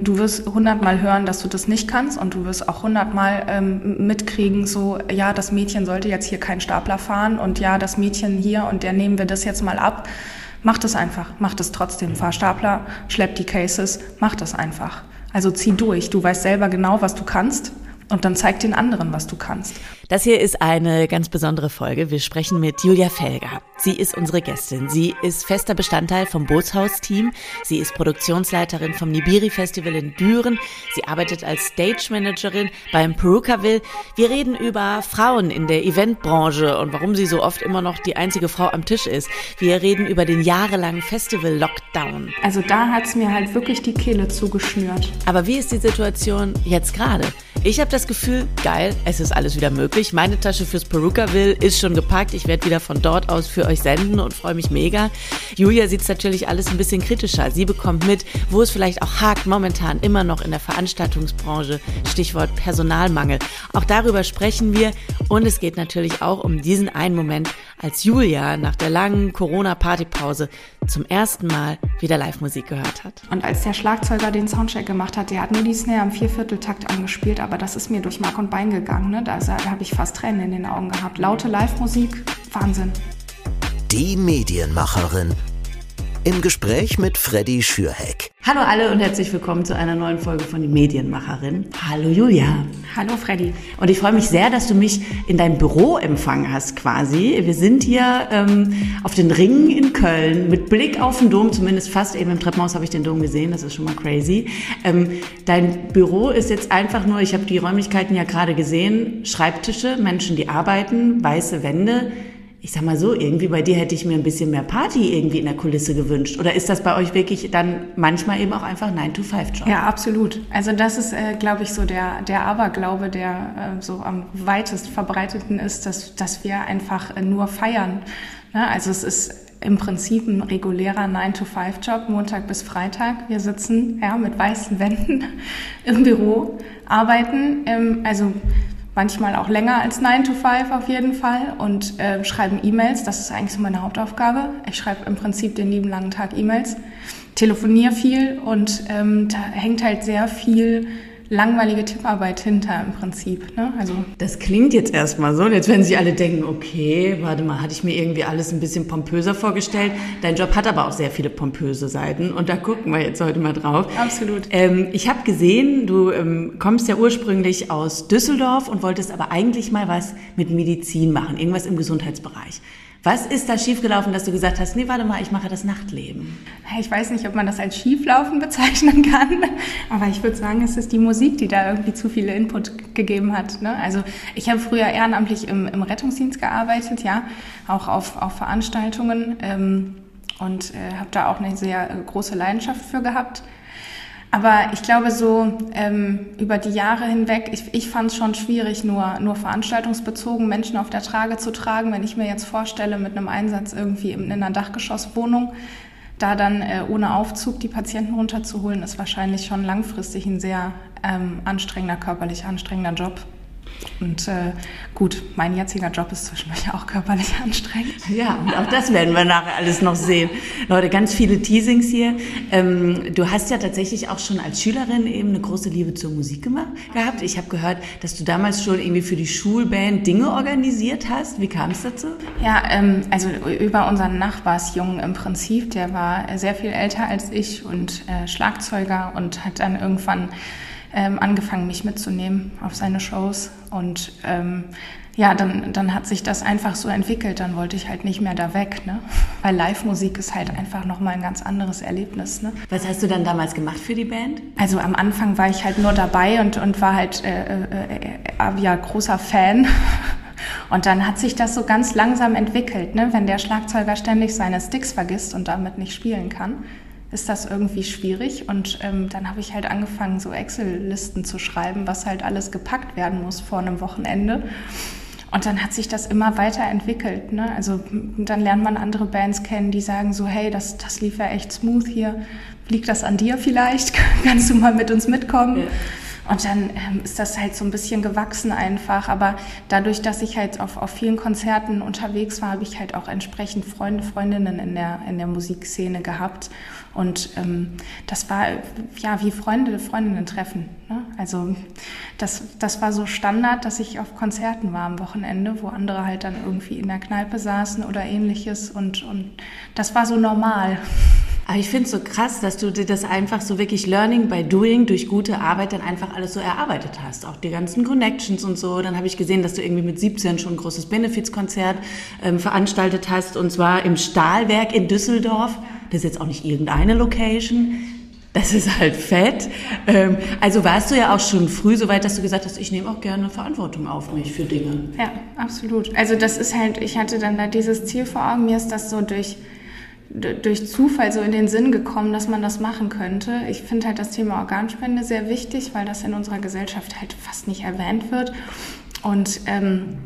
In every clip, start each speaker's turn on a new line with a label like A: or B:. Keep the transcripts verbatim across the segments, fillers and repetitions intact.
A: du wirst hundertmal hören, dass du das nicht kannst und du wirst auch hundertmal ähm, mitkriegen, so, ja, das Mädchen sollte jetzt hier keinen Stapler fahren und ja, das Mädchen hier und der nehmen wir das jetzt mal ab. Mach das einfach, mach das trotzdem. Fahr Stapler, schlepp die Cases, mach das einfach. Also zieh durch. Du weißt selber genau, was du kannst. Und dann zeig den anderen, was du kannst.
B: Das hier ist eine ganz besondere Folge. Wir sprechen mit Julia Felger. Sie ist unsere Gästin. Sie ist fester Bestandteil vom Bootshaus-Team. Sie ist Produktionsleiterin vom Nibiri-Festival in Düren. Sie arbeitet als Stage-Managerin beim Perukaville. Wir reden über Frauen in der Eventbranche und warum sie so oft immer noch die einzige Frau am Tisch ist. Wir reden über den jahrelangen Festival-Lockdown.
A: Also da hat's mir halt wirklich die Kehle zugeschnürt.
B: Aber wie ist die Situation jetzt gerade? Ich habe das Gefühl, geil, es ist alles wieder möglich. Meine Tasche fürs Perukaville ist schon gepackt. Ich werde wieder von dort aus für euch senden und freue mich mega. Julia sieht es natürlich alles ein bisschen kritischer. Sie bekommt mit, wo es vielleicht auch hakt momentan immer noch in der Veranstaltungsbranche. Stichwort Personalmangel. Auch darüber sprechen wir. Und es geht natürlich auch um diesen einen Moment, als Julia nach der langen Corona-Partypause zum ersten Mal wieder Live-Musik gehört hat.
A: Und als der Schlagzeuger den Soundcheck gemacht hat, der hat nur die Snare im Viervierteltakt angespielt, aber das ist mir durch Mark und Bein gegangen. Ne? Da, da habe ich fast Tränen in den Augen gehabt. Laute Live-Musik, Wahnsinn.
C: Die Medienmacherin. Im Gespräch mit Freddy Schürheck.
B: Hallo alle und herzlich willkommen zu einer neuen Folge von Die Medienmacherin. Hallo Julia.
A: Hallo Freddy.
B: Und ich freue mich sehr, dass du mich in dein Büro empfangen hast quasi. Wir sind hier ähm, auf den Ringen in Köln mit Blick auf den Dom, zumindest fast eben im Treppenhaus habe ich den Dom gesehen, das ist schon mal crazy. Ähm, dein Büro ist jetzt einfach nur, ich habe die Räumlichkeiten ja gerade gesehen, Schreibtische, Menschen, die arbeiten, weiße Wände. Ich sag mal so, irgendwie bei dir hätte ich mir ein bisschen mehr Party irgendwie in der Kulisse gewünscht. Oder ist das bei euch wirklich dann manchmal eben auch einfach nine to five Job?
A: Ja, absolut. Also das ist, äh, glaube ich, so der, der Aberglaube, der äh, so am weitest verbreiteten ist, dass, dass wir einfach äh, nur feiern. Ne? Also es ist im Prinzip ein regulärer nine to five Job, Montag bis Freitag. Wir sitzen ja mit weißen Wänden im Büro, arbeiten, ähm, also manchmal auch länger als nine to five auf jeden Fall und äh, schreiben E-Mails. Das ist eigentlich so meine Hauptaufgabe. Ich schreibe im Prinzip den lieben langen Tag E-Mails, telefoniere viel und ähm, da hängt halt sehr viel langweilige Tipparbeit hinter im Prinzip. Ne? Also
B: das klingt jetzt erstmal so und jetzt werden sich alle denken, okay, warte mal, hatte ich mir irgendwie alles ein bisschen pompöser vorgestellt. Dein Job hat aber auch sehr viele pompöse Seiten und da gucken wir jetzt heute mal drauf.
A: Absolut.
B: Ähm, ich habe gesehen, du ähm, kommst ja ursprünglich aus Düsseldorf und wolltest aber eigentlich mal was mit Medizin machen, irgendwas im Gesundheitsbereich. Was ist da schiefgelaufen, dass du gesagt hast, nee, warte mal, ich mache das Nachtleben?
A: Ich weiß nicht, ob man das als Schieflaufen bezeichnen kann, aber ich würde sagen, es ist die Musik, die da irgendwie zu viel Input gegeben hat. Ne? Also ich habe früher ehrenamtlich im, im Rettungsdienst gearbeitet, ja, auch auf, auf Veranstaltungen ähm, und äh, habe da auch eine sehr äh, große Leidenschaft für gehabt. Aber ich glaube so ähm, über die Jahre hinweg, ich, ich fand es schon schwierig, nur, nur veranstaltungsbezogen Menschen auf der Trage zu tragen. Wenn ich mir jetzt vorstelle, mit einem Einsatz irgendwie in, in einer Dachgeschosswohnung, da dann äh, ohne Aufzug die Patienten runterzuholen, ist wahrscheinlich schon langfristig ein sehr ähm, anstrengender, körperlich anstrengender Job. Und äh, gut, mein jetziger Job ist zwischendurch auch körperlich anstrengend.
B: Ja, und auch das werden wir nachher alles noch sehen. Leute, ganz viele Teasings hier. Ähm, du hast ja tatsächlich auch schon als Schülerin eben eine große Liebe zur Musik gemacht, gehabt. Ich habe gehört, dass du damals schon irgendwie für die Schulband Dinge organisiert hast. Wie kam es dazu?
A: Ja, ähm, also über unseren Nachbarsjungen im Prinzip. Der war sehr viel älter als ich und äh, Schlagzeuger und hat dann irgendwann Ähm, angefangen, mich mitzunehmen auf seine Shows und ähm, ja, dann, dann hat sich das einfach so entwickelt, dann wollte ich halt nicht mehr da weg, ne? Weil Live-Musik ist halt einfach nochmal ein ganz anderes Erlebnis, ne?
B: Was hast du dann damals gemacht für die Band?
A: Also am Anfang war ich halt nur dabei und, und war halt äh, äh, äh, ja, großer Fan. Und dann hat sich das so ganz langsam entwickelt, ne? Wenn der Schlagzeuger ständig seine Sticks vergisst und damit nicht spielen kann, ist das irgendwie schwierig und ähm, dann habe ich halt angefangen, so Excel-Listen zu schreiben, was halt alles gepackt werden muss vor einem Wochenende. Und dann hat sich das immer weiterentwickelt, ne? Also dann lernt man andere Bands kennen, die sagen so, hey, das, das lief ja echt smooth hier, liegt das an dir vielleicht? Kannst du mal mit uns mitkommen? Ja. Und dann ähm, ist das halt so ein bisschen gewachsen einfach. Aber dadurch, dass ich halt auf, auf vielen Konzerten unterwegs war, habe ich halt auch entsprechend Freunde, Freundinnen in der, in der Musikszene gehabt. Und ähm, das war ja wie Freunde, Freundinnen treffen. Ne? Also das, das war so Standard, dass ich auf Konzerten war am Wochenende, wo andere halt dann irgendwie in der Kneipe saßen oder ähnliches. Und, und das war so normal.
B: Aber ich finde es so krass, dass du dir das einfach so wirklich Learning by Doing durch gute Arbeit dann einfach alles so erarbeitet hast. Auch die ganzen Connections und so. Dann habe ich gesehen, dass du irgendwie mit siebzehn schon ein großes Benefizkonzert ähm, veranstaltet hast. Und zwar im Stahlwerk in Düsseldorf. Das ist jetzt auch nicht irgendeine Location. Das ist halt fett. Ähm, also warst du ja auch schon früh so weit, dass du gesagt hast, ich nehme auch gerne Verantwortung auf mich für Dinge.
A: Ja, absolut. Also das ist halt, ich hatte dann da dieses Ziel vor Augen. Mir ist das so durch... durch Zufall so in den Sinn gekommen, dass man das machen könnte. Ich finde halt das Thema Organspende sehr wichtig, weil das in unserer Gesellschaft halt fast nicht erwähnt wird. Und ähm,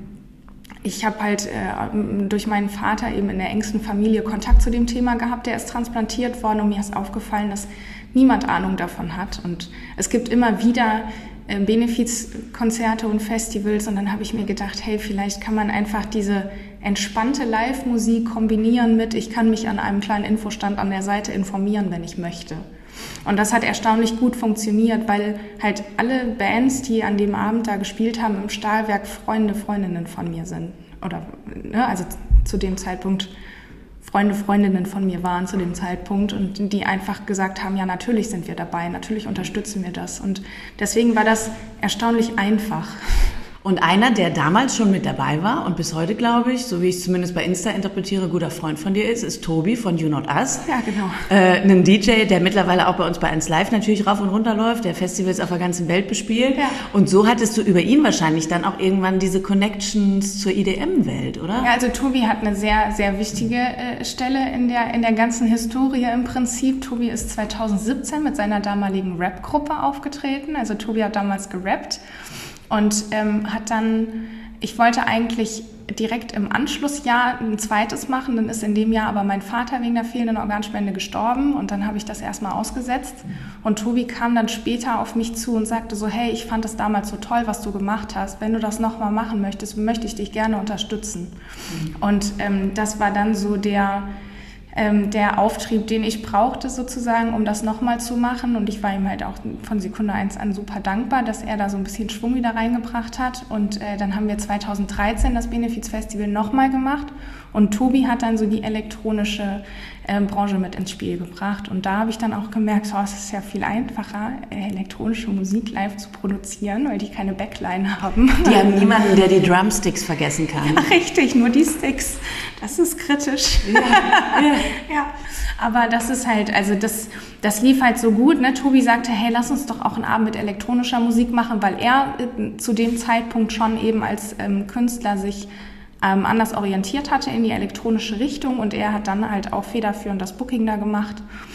A: ich habe halt äh, durch meinen Vater eben in der engsten Familie Kontakt zu dem Thema gehabt. Der ist transplantiert worden und mir ist aufgefallen, dass niemand Ahnung davon hat. Und es gibt immer wieder äh, Benefizkonzerte und Festivals und dann habe ich mir gedacht, hey, vielleicht kann man einfach diese entspannte Live-Musik kombinieren mit, ich kann mich an einem kleinen Infostand an der Seite informieren, wenn ich möchte. Und das hat erstaunlich gut funktioniert, weil halt alle Bands, die an dem Abend da gespielt haben, im Stahlwerk Freunde, Freundinnen von mir sind. Oder, ne, also zu dem Zeitpunkt Freunde, Freundinnen von mir waren zu dem Zeitpunkt und die einfach gesagt haben, ja, natürlich sind wir dabei, natürlich unterstützen wir das. Und deswegen war das erstaunlich einfach.
B: Und einer, der damals schon mit dabei war und bis heute, glaube ich, so wie ich es zumindest bei Insta interpretiere, guter Freund von dir ist, ist Tobi von You Not Us.
A: Ja, genau.
B: Äh, ein D J, der mittlerweile auch bei uns bei eins Live natürlich rauf und runter läuft, der Festivals auf der ganzen Welt bespielt.
A: Ja.
B: Und so hattest du über ihn wahrscheinlich dann auch irgendwann diese Connections zur I D M-Welt, oder?
A: Ja, also Tobi hat eine sehr, sehr wichtige äh, Stelle in der, in der ganzen Historie im Prinzip. Tobi ist zweitausendsiebzehn mit seiner damaligen Rap-Gruppe aufgetreten. Also Tobi hat damals gerappt. Und ähm, hat dann, ich wollte eigentlich direkt im Anschlussjahr ein zweites machen, dann ist in dem Jahr aber mein Vater wegen der fehlenden Organspende gestorben und dann habe ich das erstmal ausgesetzt. Und Tobi kam dann später auf mich zu und sagte so, hey, ich fand es damals so toll, was du gemacht hast. Wenn du das nochmal machen möchtest, möchte ich dich gerne unterstützen. Mhm. Und ähm, das war dann so der... Ähm, der Auftrieb, den ich brauchte sozusagen, um das nochmal zu machen. Und ich war ihm halt auch von Sekunde eins an super dankbar, dass er da so ein bisschen Schwung wieder reingebracht hat. Und äh, dann haben wir zweitausenddreizehn das Benefizfestival nochmal gemacht. Und Tobi hat dann so die elektronische äh, Branche mit ins Spiel gebracht. Und da habe ich dann auch gemerkt, oh, es ist ja viel einfacher, äh, elektronische Musik live zu produzieren, weil die keine Backline haben.
B: Die haben niemanden, der die Drumsticks vergessen kann.
A: Ja, richtig, nur die Sticks. Das ist kritisch. Ja, ja. Ja, aber das ist halt, also das, das lief halt so gut. Ne? Tobi sagte, hey, lass uns doch auch einen Abend mit elektronischer Musik machen, weil er äh, zu dem Zeitpunkt schon eben als ähm, Künstler sich ähm, anders orientiert hatte in die elektronische Richtung und er hat dann halt auch federführend das Booking da gemacht.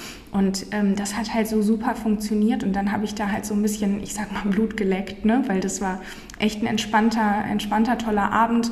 A: Und ähm, das hat halt so super funktioniert und dann habe ich da halt so ein bisschen, ich sag mal, Blut geleckt, ne? Weil das war echt ein entspannter, entspannter, toller Abend.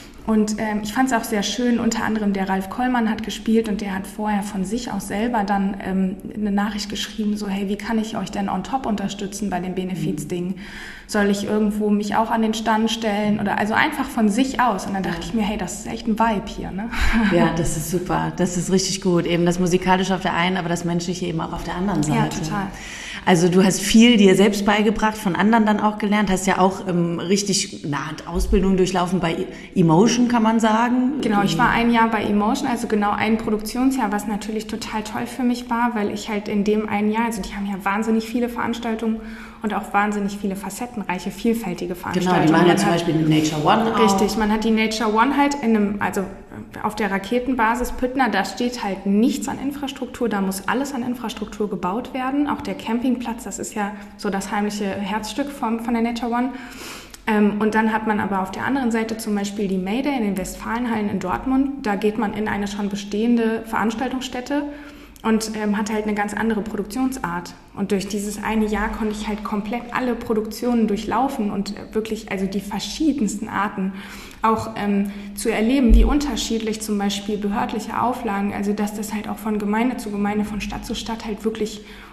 A: Und ähm, ich fand es auch sehr schön, unter anderem der Ralf Kollmann hat gespielt und der hat vorher von sich aus selber dann ähm, eine Nachricht geschrieben, so hey, wie kann ich euch denn on top unterstützen bei dem Benefizding? Soll ich irgendwo mich auch an den Stand stellen? Oder also einfach von sich aus. Und dann dachte ich mir, hey, das ist echt ein Vibe hier, ne?
B: Ja, das ist super, das ist richtig gut. Eben das Musikalische auf der einen, aber das Menschliche eben auch auf der anderen Seite.
A: Ja, total.
B: Also du hast viel dir selbst beigebracht, von anderen dann auch gelernt, hast ja auch ähm, richtig eine Art Ausbildung durchlaufen bei Emotion, kann man sagen.
A: Genau, ich war ein Jahr bei Emotion, also genau ein Produktionsjahr, was natürlich total toll für mich war, weil ich halt in dem einen Jahr, also die haben ja wahnsinnig viele Veranstaltungen und auch wahnsinnig viele facettenreiche, vielfältige Veranstaltungen.
B: Genau, die machen ja zum Beispiel mit Nature One auch.
A: Richtig, man hat die Nature One halt in einem, also auf der Raketenbasis Püttner, da steht halt nichts an Infrastruktur, da muss alles an Infrastruktur gebaut werden. Auch der Campingplatz, das ist ja so das heimliche Herzstück vom, von der Nature One. Ähm, und dann hat man aber auf der anderen Seite zum Beispiel die Mayday in den Westfalenhallen in Dortmund. Da geht man in eine schon bestehende Veranstaltungsstätte und ähm, hat halt eine ganz andere Produktionsart. Und durch dieses eine Jahr konnte ich halt komplett alle Produktionen durchlaufen und wirklich also die verschiedensten Arten auch ähm, zu erleben, wie unterschiedlich zum Beispiel behördliche Auflagen, also dass das halt auch von Gemeinde zu Gemeinde, von Stadt zu Stadt halt wirklich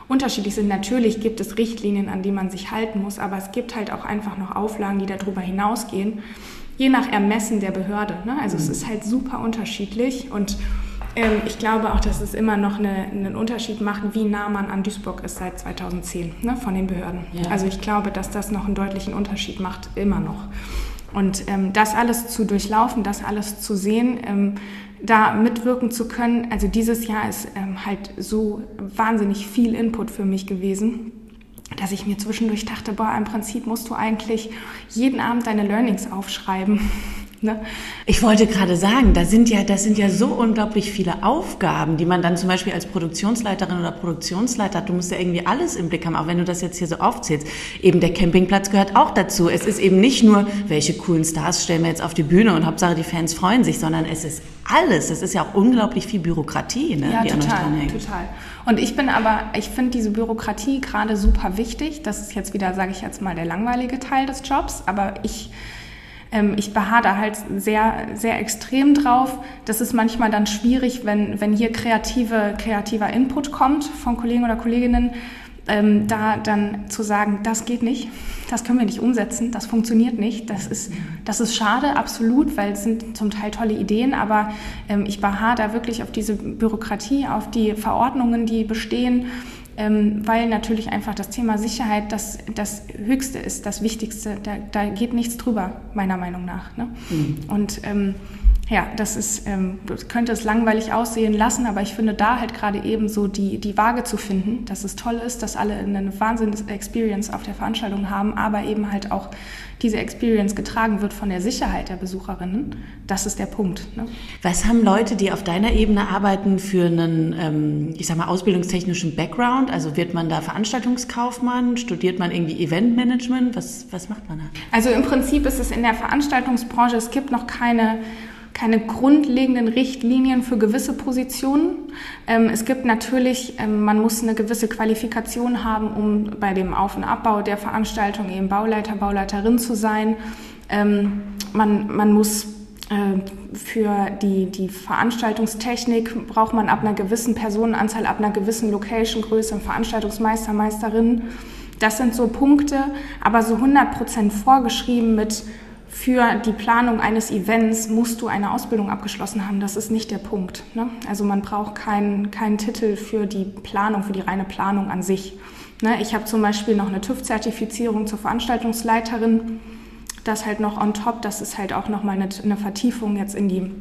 A: unterschiedlich sind. Natürlich gibt es Richtlinien, an die man sich halten muss, aber es gibt halt auch einfach noch Auflagen, die darüber hinausgehen, je nach Ermessen der Behörde. Ne? Also mhm. es ist halt super unterschiedlich und ähm, ich glaube auch, dass es immer noch eine, einen Unterschied macht, wie nah man an Duisburg ist seit zweitausendzehn, ne, von den Behörden. Ja. Also ich glaube, dass das noch einen deutlichen Unterschied macht, immer noch. Und ähm, das alles zu durchlaufen, das alles zu sehen, ähm, da mitwirken zu können, also dieses Jahr ist ähm, halt so wahnsinnig viel Input für mich gewesen, dass ich mir zwischendurch dachte, boah, im Prinzip musst du eigentlich jeden Abend deine Learnings aufschreiben. Ne?
B: Ich wollte gerade sagen, da sind ja, das sind ja so unglaublich viele Aufgaben, die man dann zum Beispiel als Produktionsleiterin oder Produktionsleiter hat. Du musst ja irgendwie alles im Blick haben, auch wenn du das jetzt hier so aufzählst. Eben der Campingplatz gehört auch dazu. Es ist eben nicht nur, welche coolen Stars stellen wir jetzt auf die Bühne und Hauptsache die Fans freuen sich, sondern es ist alles. Das ist ja auch unglaublich viel Bürokratie, ne?
A: Ja,
B: die
A: total,
B: an euch dranhängt.
A: total. Und ich bin aber, ich finde diese Bürokratie gerade super wichtig. Das ist jetzt wieder, sage ich jetzt mal, der langweilige Teil des Jobs, aber ich Ich beharre da halt sehr, sehr extrem drauf. Das ist manchmal dann schwierig, wenn, wenn hier kreative, kreativer Input kommt von Kollegen oder Kolleginnen, ähm, da dann zu sagen, das geht nicht, das können wir nicht umsetzen, das funktioniert nicht. Das ist, das ist schade, absolut, weil es sind zum Teil tolle Ideen, aber ähm, ich beharre da wirklich auf diese Bürokratie, auf die Verordnungen, die bestehen, Ähm, weil natürlich einfach das Thema Sicherheit das, das Höchste ist, das Wichtigste. Da, da geht nichts drüber, meiner Meinung nach. Ne? Mhm. Und ähm, ja, das ist, ähm, könnte es langweilig aussehen lassen, aber ich finde da halt gerade eben so die, die Waage zu finden, dass es toll ist, dass alle eine Wahnsinns-Experience auf der Veranstaltung haben, aber eben halt auch diese Experience getragen wird von der Sicherheit der Besucherinnen. Das ist der Punkt. Ne?
B: Was haben Leute, die auf deiner Ebene arbeiten, für einen, ähm, ich sag mal, ausbildungstechnischen Background? Also wird man da Veranstaltungskaufmann? Studiert man irgendwie Eventmanagement? Was, was macht man da?
A: Also im Prinzip ist es in der Veranstaltungsbranche, es gibt noch keine keine grundlegenden Richtlinien für gewisse Positionen. Ähm, es gibt natürlich, ähm, man muss eine gewisse Qualifikation haben, um bei dem Auf- und Abbau der Veranstaltung eben Bauleiter, Bauleiterin zu sein. Ähm, man, man muss äh, für die, die Veranstaltungstechnik braucht man ab einer gewissen Personenanzahl, ab einer gewissen Location-Größe einen Veranstaltungsmeister, Meisterin. Das sind so Punkte, aber so hundert Prozent vorgeschrieben mit für die Planung eines Events musst du eine Ausbildung abgeschlossen haben. Das ist nicht der Punkt. Ne? Also man braucht keinen keinen Titel für die Planung, für die reine Planung an sich. Ne? Ich habe zum Beispiel noch eine TÜV-Zertifizierung zur Veranstaltungsleiterin. Das halt noch on top. Das ist halt auch nochmal eine, eine Vertiefung jetzt in die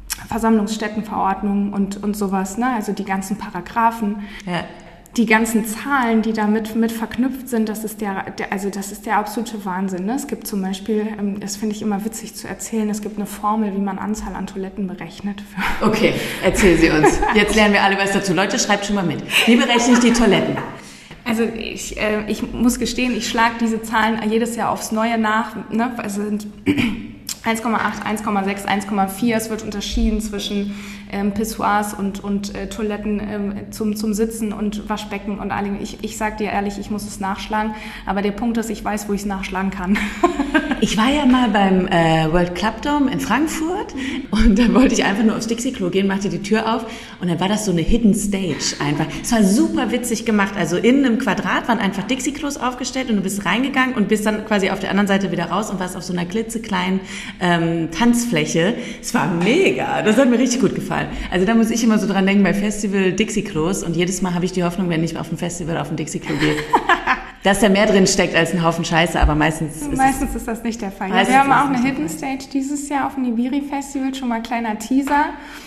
A: Versammlungsstättenverordnung und, und sowas. Ne? Also die ganzen Paragraphen. Ja. Die ganzen Zahlen, die damit mit verknüpft sind, das ist der, der, also das ist der absolute Wahnsinn. Ne? Es gibt zum Beispiel, das finde ich immer witzig zu erzählen, es gibt eine Formel, wie man Anzahl an Toiletten berechnet.
B: Okay, erzähl sie uns. Jetzt lernen wir alle was dazu. Leute, schreibt schon mal mit. Wie berechne ich die Toiletten?
A: Also ich, äh, ich muss gestehen, ich schlage diese Zahlen jedes Jahr aufs Neue nach. Ne? Also sind eins Komma acht, eins Komma sechs, eins Komma vier. Es wird unterschieden zwischen ähm, Pissoirs und, und äh, Toiletten ähm, zum, zum Sitzen und Waschbecken und allem. Ich, ich sage dir ehrlich, ich muss es nachschlagen. Aber der Punkt ist, ich weiß, wo ich es nachschlagen kann.
B: Ich war ja mal beim äh, World Club Dome in Frankfurt und da wollte ich einfach nur aufs Dixie-Klo gehen, machte die Tür auf und dann war das so eine Hidden Stage einfach. Es war super witzig gemacht. Also in einem Quadrat waren einfach Dixie-Klos aufgestellt und du bist reingegangen und bist dann quasi auf der anderen Seite wieder raus und warst auf so einer klitzekleinen ähm, Tanzfläche. Es war mega. Das hat mir richtig gut gefallen. Also da muss ich immer so dran denken bei Festival Dixie-Klos und jedes Mal habe ich die Hoffnung, wenn ich auf ein Festival auf ein Dixie-Klo gehe, dass da mehr drin steckt als ein Haufen Scheiße, aber meistens ist
A: Meistens ist das nicht der Fall. Ja, wir haben auch eine Hidden Stage dieses Jahr auf dem Nibiri-Festival, schon mal kleiner Teaser.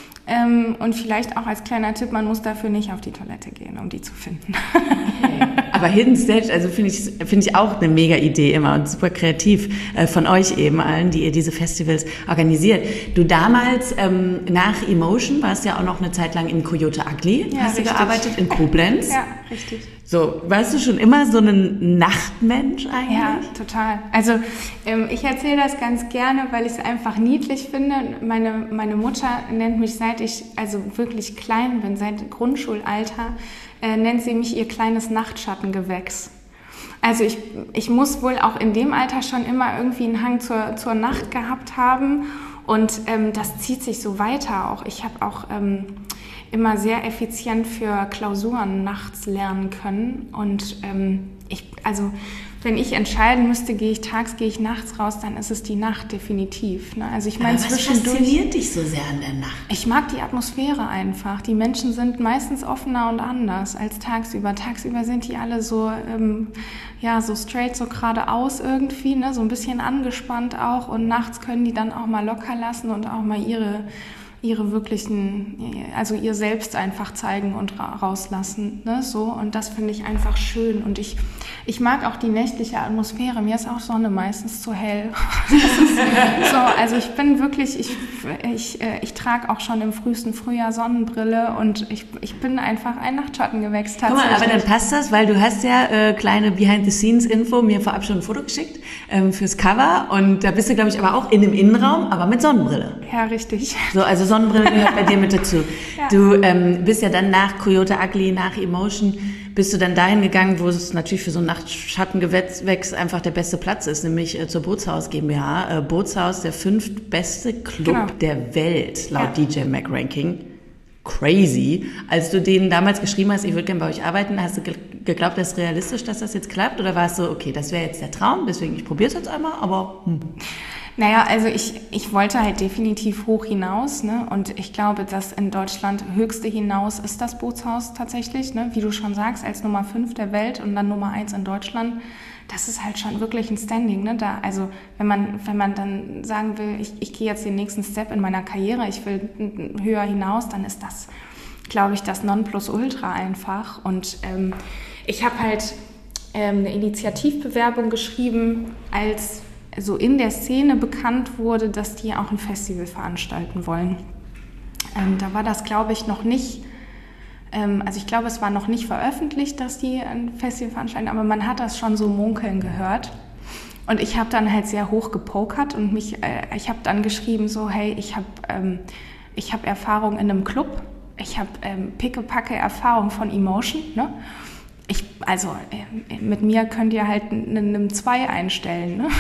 A: Ähm, und vielleicht auch als kleiner Tipp, man muss dafür nicht auf die Toilette gehen, um die zu finden.
B: Okay. Aber Hidden Stage, also finde ich, finde ich auch eine mega Idee immer und super kreativ äh, von euch eben allen, die ihr diese Festivals organisiert. Du damals ähm, nach Emotion warst ja auch noch eine Zeit lang in Coyote Ugly, ja, hast richtig. Du gearbeitet in Koblenz.
A: Ja, richtig.
B: So, warst du schon immer so ein Nachtmensch eigentlich?
A: Ja, total. Also ähm, ich erzähle das ganz gerne, weil ich es einfach niedlich finde. Meine, meine Mutter nennt mich, seit ich also wirklich klein bin, seit Grundschulalter, äh, nennt sie mich ihr kleines Nachtschattengewächs. Also ich, ich muss wohl auch in dem Alter schon immer irgendwie einen Hang zur, zur Nacht gehabt haben und ähm, das zieht sich so weiter auch. Ich habe auch... Ähm, immer sehr effizient für Klausuren nachts lernen können. Und ähm, ich, also wenn ich entscheiden müsste, gehe ich tags, gehe ich nachts raus, dann ist es die Nacht definitiv. Ne? Also ich meine,
B: was
A: zwischendurch.
B: fasziniert dich so sehr an der Nacht?
A: Ich mag die Atmosphäre einfach. Die Menschen sind meistens offener und anders als tagsüber. Tagsüber sind die alle so, ähm, ja, so straight, so geradeaus irgendwie, ne? So ein bisschen angespannt auch. Und nachts können die dann auch mal locker lassen und auch mal ihre ihre wirklichen, also ihr Selbst einfach zeigen und ra- rauslassen, ne, so, und das finde ich einfach schön und ich, ich mag auch die nächtliche Atmosphäre, mir ist auch Sonne meistens zu hell, so, also ich bin wirklich, ich, ich, ich trage auch schon im frühesten Frühjahr Sonnenbrille und ich, ich bin einfach ein Nachtschattengewächs tatsächlich.
B: Guck mal, aber dann passt das, weil du hast ja äh, kleine Behind-the-Scenes-Info, mir vorab schon ein Foto geschickt ähm, fürs Cover und da bist du, glaube ich, aber auch in einem Innenraum, aber mit Sonnenbrille.
A: Ja, richtig.
B: So, also Sonnenbrille gehört bei dir mit dazu. Ja. Du ähm, bist ja dann nach Coyote Ugly, nach Emotion, bist du dann dahin gegangen, wo es natürlich für so ein Nachtschattengewächs einfach der beste Platz ist, nämlich äh, zur Bootshaus GmbH. Äh, Bootshaus, der fünftbeste Club genau. der Welt, laut ja. D J Mag Ranking. Crazy. Als du denen damals geschrieben hast, ich würde gerne bei euch arbeiten, hast du ge- geglaubt, das ist realistisch, dass das jetzt klappt? Oder war es so, okay, das wäre jetzt der Traum, deswegen ich probiere es jetzt einmal, aber... Hm.
A: Naja, also ich, ich wollte halt definitiv hoch hinaus, ne? Und ich glaube, dass in Deutschland höchste hinaus ist das Bootshaus tatsächlich, ne? Wie du schon sagst, als Nummer fünf der Welt und dann Nummer eins in Deutschland. Das ist halt schon wirklich ein Standing, ne? Da, also wenn man, wenn man dann sagen will, ich, ich gehe jetzt den nächsten Step in meiner Karriere, ich will höher hinaus, dann ist das, glaube ich, das Nonplusultra einfach. Und ähm, ich habe halt ähm, eine Initiativbewerbung geschrieben, als so in der Szene bekannt wurde, dass die auch ein Festival veranstalten wollen. Ähm, da war das, glaube ich, noch nicht, ähm, also ich glaube, es war noch nicht veröffentlicht, dass die ein Festival veranstalten, aber man hat das schon so munkeln gehört. Und ich habe dann halt sehr hoch gepokert und mich, äh, ich habe dann geschrieben so, hey, ich habe ähm, ich habe Erfahrung in einem Club, ich habe ähm, pickepacke Erfahrung von Emotion, ne? Ich, also äh, mit mir könnt ihr halt eine zwei einstellen. Ne?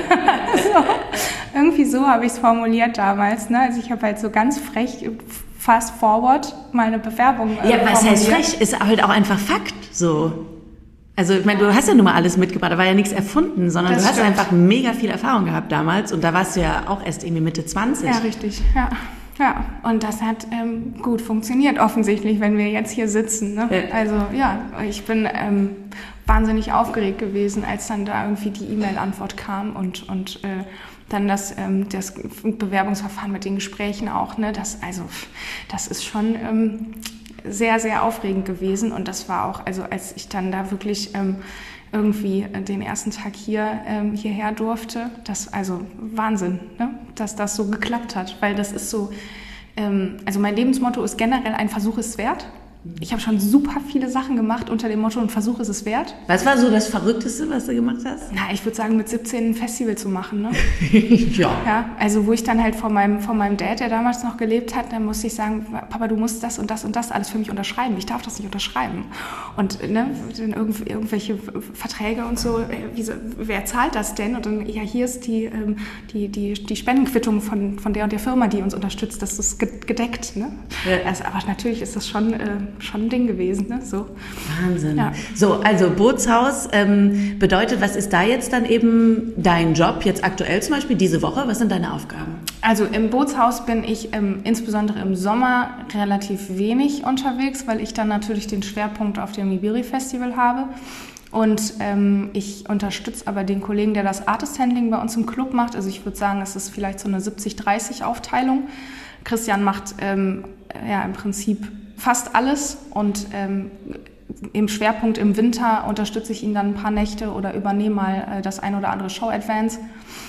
A: so, irgendwie so habe ich es formuliert damals. Ne? Also ich habe halt so ganz frech, fast forward, meine Bewerbung äh,
B: Ja, was heißt frech? Ist halt auch einfach Fakt so. Also ich meine, du hast ja nun mal alles mitgebracht, da war ja nichts erfunden, sondern das du stimmt. hast einfach mega viel Erfahrung gehabt damals und da warst du ja auch erst irgendwie Mitte zwanzig.
A: Ja, richtig, ja. Ja, und das hat ähm, gut funktioniert, offensichtlich, wenn wir jetzt hier sitzen. Ne? Ja. Also ja, ich bin ähm, wahnsinnig aufgeregt gewesen, als dann da irgendwie die E-Mail-Antwort kam und, und äh, dann das, ähm, das Bewerbungsverfahren mit den Gesprächen auch. Ne? Das, also, das ist schon ähm, sehr, sehr aufregend gewesen und das war auch, also als ich dann da wirklich... Ähm, irgendwie den ersten Tag hier ähm, hierher durfte, das also Wahnsinn, ne? Dass das so geklappt hat, weil das ist so, ähm, also mein Lebensmotto ist generell ein Versuch ist wert. Ich habe schon super viele Sachen gemacht unter dem Motto, ein Versuch ist es wert.
B: Was war so das Verrückteste, was du gemacht hast?
A: Na, ich würde sagen, mit siebzehn ein Festival zu machen, ne?
B: ja.
A: Ja. Also wo ich dann halt von meinem, von meinem Dad, der damals noch gelebt hat, dann musste ich sagen, Papa, du musst das und das und das alles für mich unterschreiben. Ich darf das nicht unterschreiben. Und ne, dann irgendw- irgendwelche Verträge und so, wie so, wer zahlt das denn? Und dann, ja, hier ist die, ähm, die, die, die Spendenquittung von, von der und der Firma, die uns unterstützt. Das ist gedeckt, ne? Ja. Also, aber natürlich ist das schon... Äh, schon ein Ding gewesen, ne? So.
B: Wahnsinn. Ja. So, also Bootshaus ähm, bedeutet, was ist da jetzt dann eben dein Job, jetzt aktuell zum Beispiel, diese Woche? Was sind deine Aufgaben?
A: Also im Bootshaus bin ich ähm, insbesondere im Sommer relativ wenig unterwegs, weil ich dann natürlich den Schwerpunkt auf dem Iberi Festival habe. Und ähm, ich unterstütze aber den Kollegen, der das Artist Handling bei uns im Club macht. Also ich würde sagen, es ist vielleicht so eine siebzig dreißig Aufteilung. Christian macht ähm, ja im Prinzip fast alles und ähm, im Schwerpunkt im Winter unterstütze ich ihn dann ein paar Nächte oder übernehme mal äh, das ein oder andere Show Advance.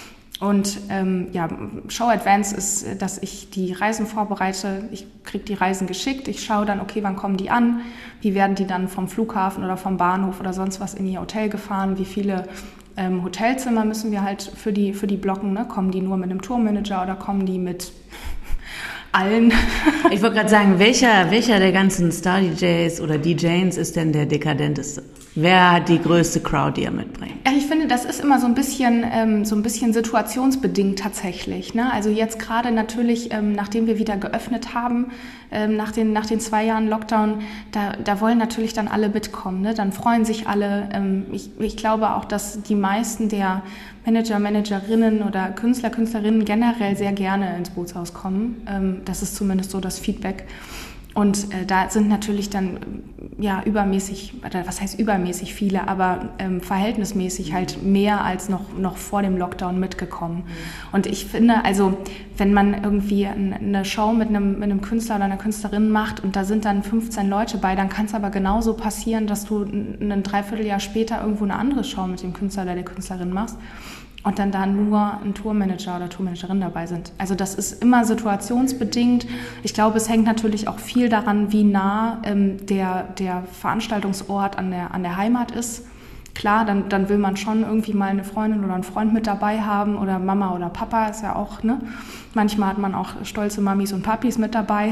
A: Und ähm, ja, Show Advance ist, dass ich die Reisen vorbereite. Ich kriege die Reisen geschickt. Ich schaue dann, okay, wann kommen die an? Wie werden die dann vom Flughafen oder vom Bahnhof oder sonst was in ihr Hotel gefahren? Wie viele ähm, Hotelzimmer müssen wir halt für die, für die blocken? Ne? Kommen die nur mit einem Tourmanager oder kommen die mit... allen.
B: Ich wollte gerade sagen, welcher, welcher der ganzen Star-D Js oder D Js ist denn der dekadenteste? Wer hat die größte Crowd, die er mitbringt?
A: Ja, ich finde, das ist immer so ein bisschen, ähm, so ein bisschen situationsbedingt tatsächlich. Ne? Also jetzt gerade natürlich, ähm, nachdem wir wieder geöffnet haben, ähm, nach den nach den zwei Jahren Lockdown, da da wollen natürlich dann alle mitkommen. Ne? Dann freuen sich alle. Ähm, ich ich glaube auch, dass die meisten der Manager, Managerinnen oder Künstler, Künstlerinnen generell sehr gerne ins Bootshaus kommen. Ähm, das ist zumindest so das Feedback. Und äh, da sind natürlich dann ja übermäßig, oder was heißt übermäßig viele, aber ähm, verhältnismäßig halt mehr als noch, noch vor dem Lockdown mitgekommen. Mhm. Und ich finde, also wenn man irgendwie eine Show mit einem, mit einem Künstler oder einer Künstlerin macht und da sind dann fünfzehn Leute bei, dann kann es aber genauso passieren, dass du ein Dreivierteljahr später irgendwo eine andere Show mit dem Künstler oder der Künstlerin machst. Und dann da nur ein Tourmanager oder Tourmanagerin dabei sind. Also das ist immer situationsbedingt. Ich glaube, es hängt natürlich auch viel daran, wie nah ähm, der, der Veranstaltungsort an der, an der Heimat ist. Klar, dann, dann will man schon irgendwie mal eine Freundin oder einen Freund mit dabei haben oder Mama oder Papa ist ja auch, ne? Manchmal hat man auch stolze Mamis und Papis mit dabei.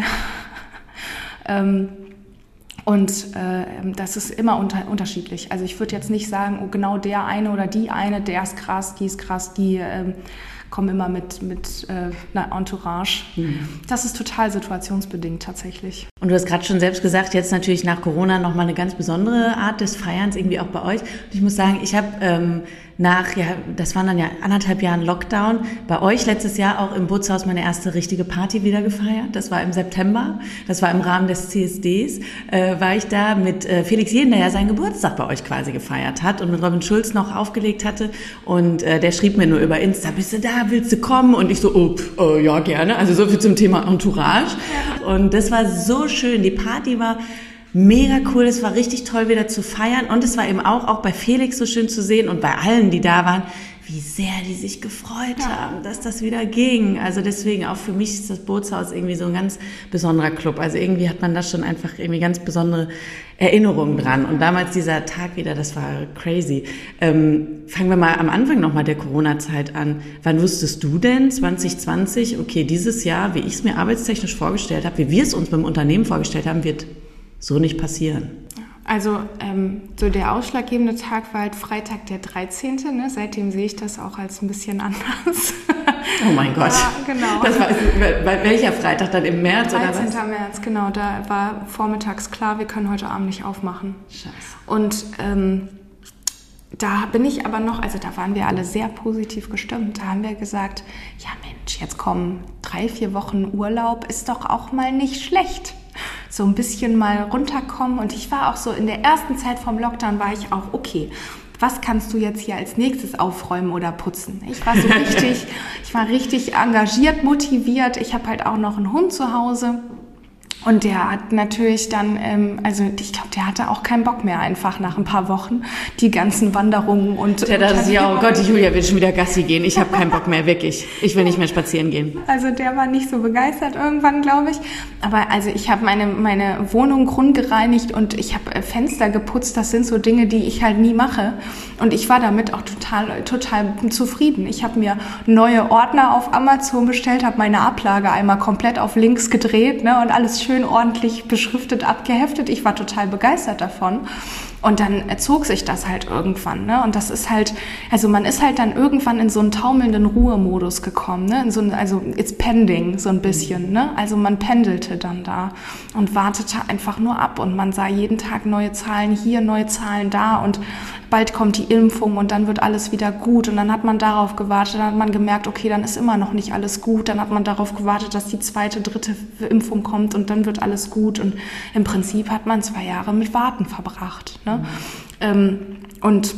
A: ähm, Und äh, das ist immer unter, unterschiedlich. Also ich würde jetzt nicht sagen, oh, genau der eine oder die eine, der ist krass, die ist krass, die ähm, kommen immer mit, mit äh, einer Entourage. Mhm. Das ist total situationsbedingt tatsächlich.
B: Und du hast gerade schon selbst gesagt, jetzt natürlich nach Corona nochmal eine ganz besondere Art des Feierns, irgendwie auch bei euch. Und ich muss sagen, ich habe ähm, nach, ja, das waren dann ja anderthalb Jahren Lockdown, bei euch letztes Jahr auch im Bootshaus meine erste richtige Party wieder gefeiert. Das war im September, das war im Rahmen des C S Ds, äh, war ich da mit äh, Felix Jähn, der ja seinen Geburtstag bei euch quasi gefeiert hat und mit Robin Schulz noch aufgelegt hatte. Und äh, der schrieb mir nur über Insta, bist du da, willst du kommen? Und ich so, oh, pff, äh, ja gerne, also so viel zum Thema Entourage. Ja. Und das war so schön, die Party war mega cool, es war richtig toll wieder zu feiern und es war eben auch, auch bei Felix so schön zu sehen und bei allen, die da waren, wie sehr die sich gefreut ja. haben, dass das wieder ging. Also deswegen auch für mich ist das Bootshaus irgendwie so ein ganz besonderer Club. Also irgendwie hat man da schon einfach irgendwie ganz besondere Erinnerungen dran. Und damals dieser Tag wieder, das war crazy. Ähm, fangen wir mal am Anfang nochmal der Corona-Zeit an. Wann wusstest du denn zwanzig zwanzig, okay, dieses Jahr, wie ich es mir arbeitstechnisch vorgestellt habe, wie wir es uns beim Unternehmen vorgestellt haben, wird so nicht passieren?
A: Also ähm, so der ausschlaggebende Tag war halt Freitag der dreizehnte Ne? Seitdem sehe ich das auch als ein bisschen anders.
B: Oh mein Gott.
A: Ja, genau.
B: Das war, welcher Freitag dann im März oder was?
A: dreizehnten März, genau. Da war vormittags klar, wir können heute Abend nicht aufmachen.
B: Scheiße.
A: Und ähm, da bin ich aber noch, also da waren wir alle sehr positiv gestimmt. Da haben wir gesagt, ja Mensch, jetzt kommen drei, vier Wochen Urlaub, ist doch auch mal nicht schlecht. So ein bisschen mal runterkommen. Und ich war auch so, in der ersten Zeit vom Lockdown war ich auch, okay, was kannst du jetzt hier als nächstes aufräumen oder putzen? Ich war so richtig, ich war richtig engagiert, motiviert. Ich habe halt auch noch einen Hund zu Hause. Und der hat natürlich dann, ähm, also ich glaube, der hatte auch keinen Bock mehr einfach nach ein paar Wochen, die ganzen Wanderungen und...
B: Der dachte sich, oh Gott, die Julia will schon wieder Gassi gehen, ich habe keinen Bock mehr, wirklich. Ich will nicht mehr spazieren gehen.
A: Also der war nicht so begeistert irgendwann, glaube ich. Aber also ich habe meine, meine Wohnung grundgereinigt und ich habe Fenster geputzt, das sind so Dinge, die ich halt nie mache. Und ich war damit auch total, total zufrieden. Ich habe mir neue Ordner auf Amazon bestellt, habe meine Ablage einmal komplett auf links gedreht, ne, und alles schön ordentlich beschriftet, abgeheftet. Ich war total begeistert davon. Und dann zog sich das halt irgendwann, ne? Und das ist halt, also man ist halt dann irgendwann in so einen taumelnden Ruhemodus gekommen, ne? In so ein, also it's pending, so ein bisschen, ne? Also man pendelte dann da und wartete einfach nur ab und man sah jeden Tag neue Zahlen hier, neue Zahlen da und bald kommt die Impfung und dann wird alles wieder gut und dann hat man darauf gewartet, dann hat man gemerkt, okay, dann ist immer noch nicht alles gut, dann hat man darauf gewartet, dass die zweite, dritte Impfung kommt und dann wird alles gut und im Prinzip hat man zwei Jahre mit Warten verbracht, ne? Mhm. Ähm, und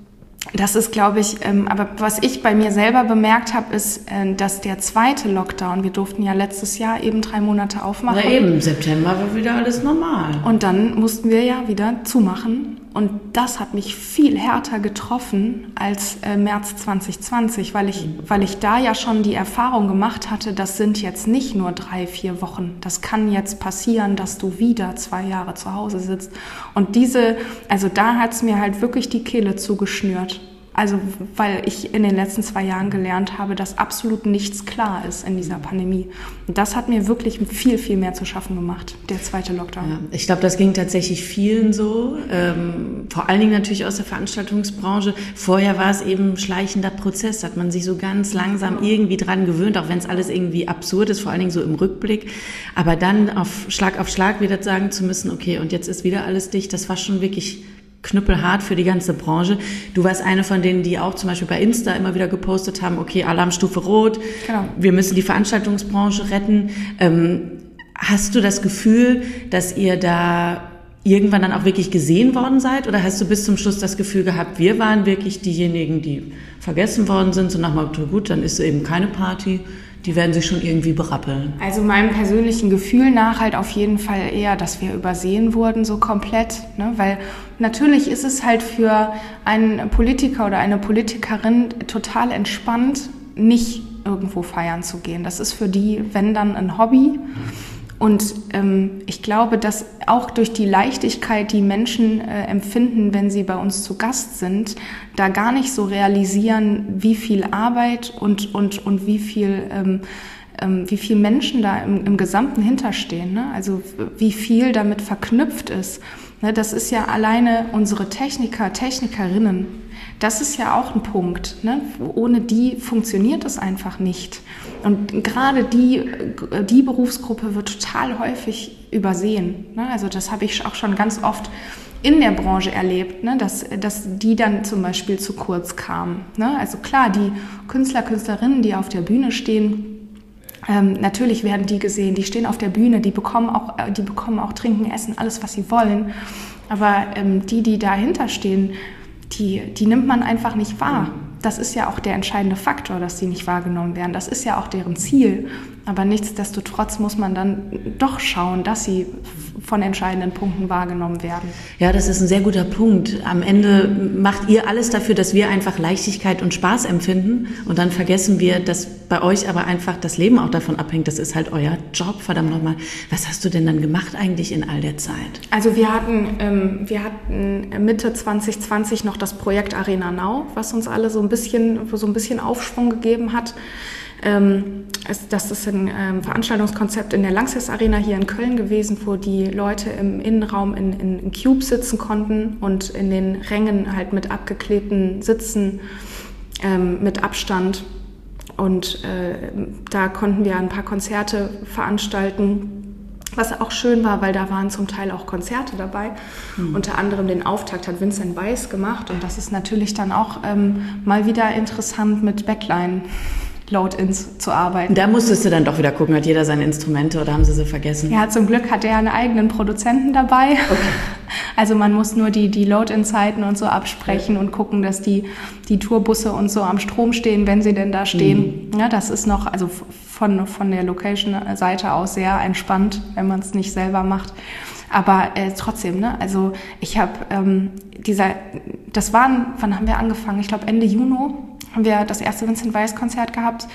A: das ist, glaube ich, ähm, aber was ich bei mir selber bemerkt habe, ist, äh, dass der zweite Lockdown, wir durften ja letztes Jahr eben drei Monate aufmachen.
B: Na eben, im September war wieder alles normal.
A: Und dann mussten wir ja wieder zumachen. Und das hat mich viel härter getroffen als äh, März zwanzig zwanzig, weil ich, weil ich da ja schon die Erfahrung gemacht hatte, das sind jetzt nicht nur drei, vier Wochen. Das kann jetzt passieren, dass du wieder zwei Jahre zu Hause sitzt. Und diese, also da hat's mir halt wirklich die Kehle zugeschnürt. Also, weil ich in den letzten zwei Jahren gelernt habe, dass absolut nichts klar ist in dieser Pandemie. Und das hat mir wirklich viel, viel mehr zu schaffen gemacht, der zweite Lockdown.
B: Ja, ich glaube, das ging tatsächlich vielen so, ähm, vor allen Dingen natürlich aus der Veranstaltungsbranche. Vorher war es eben ein schleichender Prozess, hat man sich so ganz langsam irgendwie dran gewöhnt, auch wenn es alles irgendwie absurd ist, vor allen Dingen so im Rückblick. Aber dann auf Schlag auf Schlag wieder sagen zu müssen, okay, und jetzt ist wieder alles dicht, das war schon wirklich knüppelhart für die ganze Branche. Du warst eine von denen, die auch zum Beispiel bei Insta immer wieder gepostet haben, okay, Alarmstufe Rot, genau. Wir müssen die Veranstaltungsbranche retten. Ähm, hast du das Gefühl, dass ihr da irgendwann dann auch wirklich gesehen worden seid? Oder hast du bis zum Schluss das Gefühl gehabt, wir waren wirklich diejenigen, die vergessen worden sind, so nach dem Motto, gut, dann ist eben keine Party, die werden sich schon irgendwie berappeln.
A: Also meinem persönlichen Gefühl nach halt auf jeden Fall eher, dass wir übersehen wurden so komplett, ne? Weil natürlich ist es halt für einen Politiker oder eine Politikerin total entspannt, nicht irgendwo feiern zu gehen. Das ist für die, wenn dann, ein Hobby. Und ähm, ich glaube, dass auch durch die Leichtigkeit, die Menschen äh, empfinden, wenn sie bei uns zu Gast sind, da gar nicht so realisieren, wie viel Arbeit und und und wie viel ähm, ähm, wie viel Menschen da im, im Gesamten hinterstehen, ne? Also wie viel damit verknüpft ist. Ne? Das ist ja alleine unsere Techniker, Technikerinnen. Das ist ja auch ein Punkt, ne? Ohne die funktioniert das einfach nicht. Und gerade die, die Berufsgruppe wird total häufig übersehen, ne? Also das habe ich auch schon ganz oft in der Branche erlebt, ne? dass, dass die dann zum Beispiel zu kurz kamen, ne? Also klar, die Künstler, Künstlerinnen, die auf der Bühne stehen, ähm, natürlich werden die gesehen, die stehen auf der Bühne, die bekommen auch, die bekommen auch Trinken, Essen, alles, was sie wollen. Aber ähm, die, die dahinter stehen, Die, die nimmt man einfach nicht wahr. Das ist ja auch der entscheidende Faktor, dass die nicht wahrgenommen werden. Das ist ja auch deren Ziel. Aber nichtsdestotrotz muss man dann doch schauen, dass sie von entscheidenden Punkten wahrgenommen werden.
B: Ja, das ist ein sehr guter Punkt. Am Ende macht ihr alles dafür, dass wir einfach Leichtigkeit und Spaß empfinden. Und dann vergessen wir, dass bei euch aber einfach das Leben auch davon abhängt. Das ist halt euer Job, verdammt nochmal. Was hast du denn dann gemacht eigentlich in all der Zeit?
A: Also wir hatten, ähm, wir hatten Mitte zwanzig zwanzig noch das Projekt Arena Now, was uns alle so ein bisschen, so ein bisschen Aufschwung gegeben hat. Ähm, es, das ist ein ähm, Veranstaltungskonzept in der Lanxess Arena hier in Köln gewesen, wo die Leute im Innenraum in, in, in Cubes sitzen konnten und in den Rängen halt mit abgeklebten Sitzen, ähm, mit Abstand. Und äh, da konnten wir ein paar Konzerte veranstalten, was auch schön war, weil da waren zum Teil auch Konzerte dabei. Mhm. Unter anderem den Auftakt hat Vincent Weiss gemacht und das ist natürlich dann auch ähm, mal wieder interessant mit Backline Load-ins zu arbeiten.
B: Da musstest du dann doch wieder gucken, hat jeder seine Instrumente oder haben sie sie vergessen?
A: Ja, zum Glück hat er einen eigenen Produzenten dabei. Okay. Also man muss nur die, die Load-in-Zeiten und so absprechen okay. und gucken, dass die, die Tourbusse und so am Strom stehen, wenn sie denn da stehen. Mhm. Ja, das ist noch, also von, von der Location-Seite aus sehr entspannt, wenn man es nicht selber macht. Aber äh, trotzdem, ne, also ich habe ähm, dieser, das waren, wann haben wir angefangen? Ich glaube Ende Juni haben wir das erste Vincent Weiss Konzert gehabt.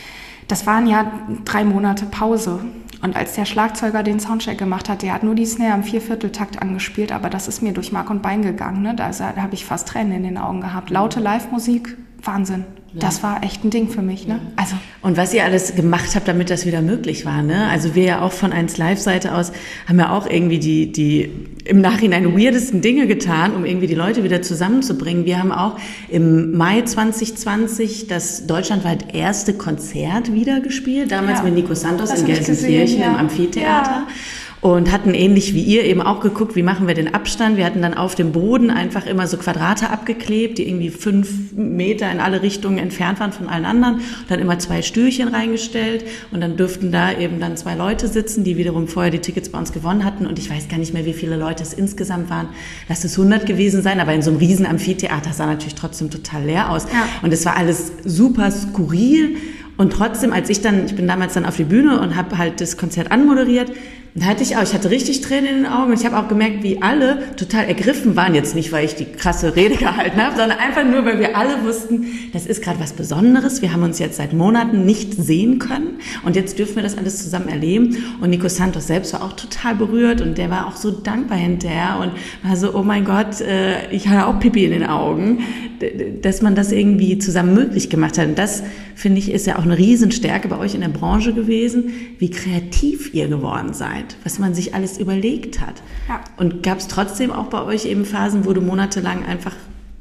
A: Das waren ja drei Monate Pause. Und als der Schlagzeuger den Soundcheck gemacht hat, der hat nur die Snare im Viervierteltakt angespielt, aber das ist mir durch Mark und Bein gegangen. Ne? Da, da habe ich fast Tränen in den Augen gehabt. Laute Live-Musik, Wahnsinn. Ja. Das war echt ein Ding für mich. Ne? Also.
B: Und was ihr alles gemacht habt, damit das wieder möglich war. Ne? Also wir ja auch von eins Live Seite aus haben ja auch irgendwie die, die im Nachhinein weirdesten Dinge getan, um irgendwie die Leute wieder zusammenzubringen. Wir haben auch im Mai zwanzig zwanzig das deutschlandweit erste Konzert wieder gespielt, damals ja. mit Nico Santos das in Gelsenkirchen ja. im Amphitheater. Ja. Und hatten ähnlich wie ihr eben auch geguckt, wie machen wir den Abstand. Wir hatten dann auf dem Boden einfach immer so Quadrate abgeklebt, die irgendwie fünf Meter in alle Richtungen entfernt waren von allen anderen. Und dann immer zwei Stühlchen reingestellt und dann dürften da eben dann zwei Leute sitzen, die wiederum vorher die Tickets bei uns gewonnen hatten. Und ich weiß gar nicht mehr, wie viele Leute es insgesamt waren. Lass es hundert gewesen sein, aber in so einem riesen Amphitheater sah natürlich trotzdem total leer aus. Ja. Und es war alles super skurril. Und trotzdem, als ich dann, ich bin damals dann auf die Bühne und habe halt das Konzert anmoderiert, da hatte ich auch, ich hatte richtig Tränen in den Augen und ich habe auch gemerkt, wie alle total ergriffen waren, jetzt nicht, weil ich die krasse Rede gehalten habe, sondern einfach nur, weil wir alle wussten, das ist gerade was Besonderes, wir haben uns jetzt seit Monaten nicht sehen können und jetzt dürfen wir das alles zusammen erleben und Nico Santos selbst war auch total berührt und der war auch so dankbar hinterher und war so, oh mein Gott, ich hatte auch Pipi in den Augen, dass man das irgendwie zusammen möglich gemacht hat. Und das, finde ich, ist ja auch eine Riesenstärke bei euch in der Branche gewesen, wie kreativ ihr geworden seid, was man sich alles überlegt hat.
A: Ja.
B: Und gab es trotzdem auch bei euch eben Phasen, wo du monatelang einfach,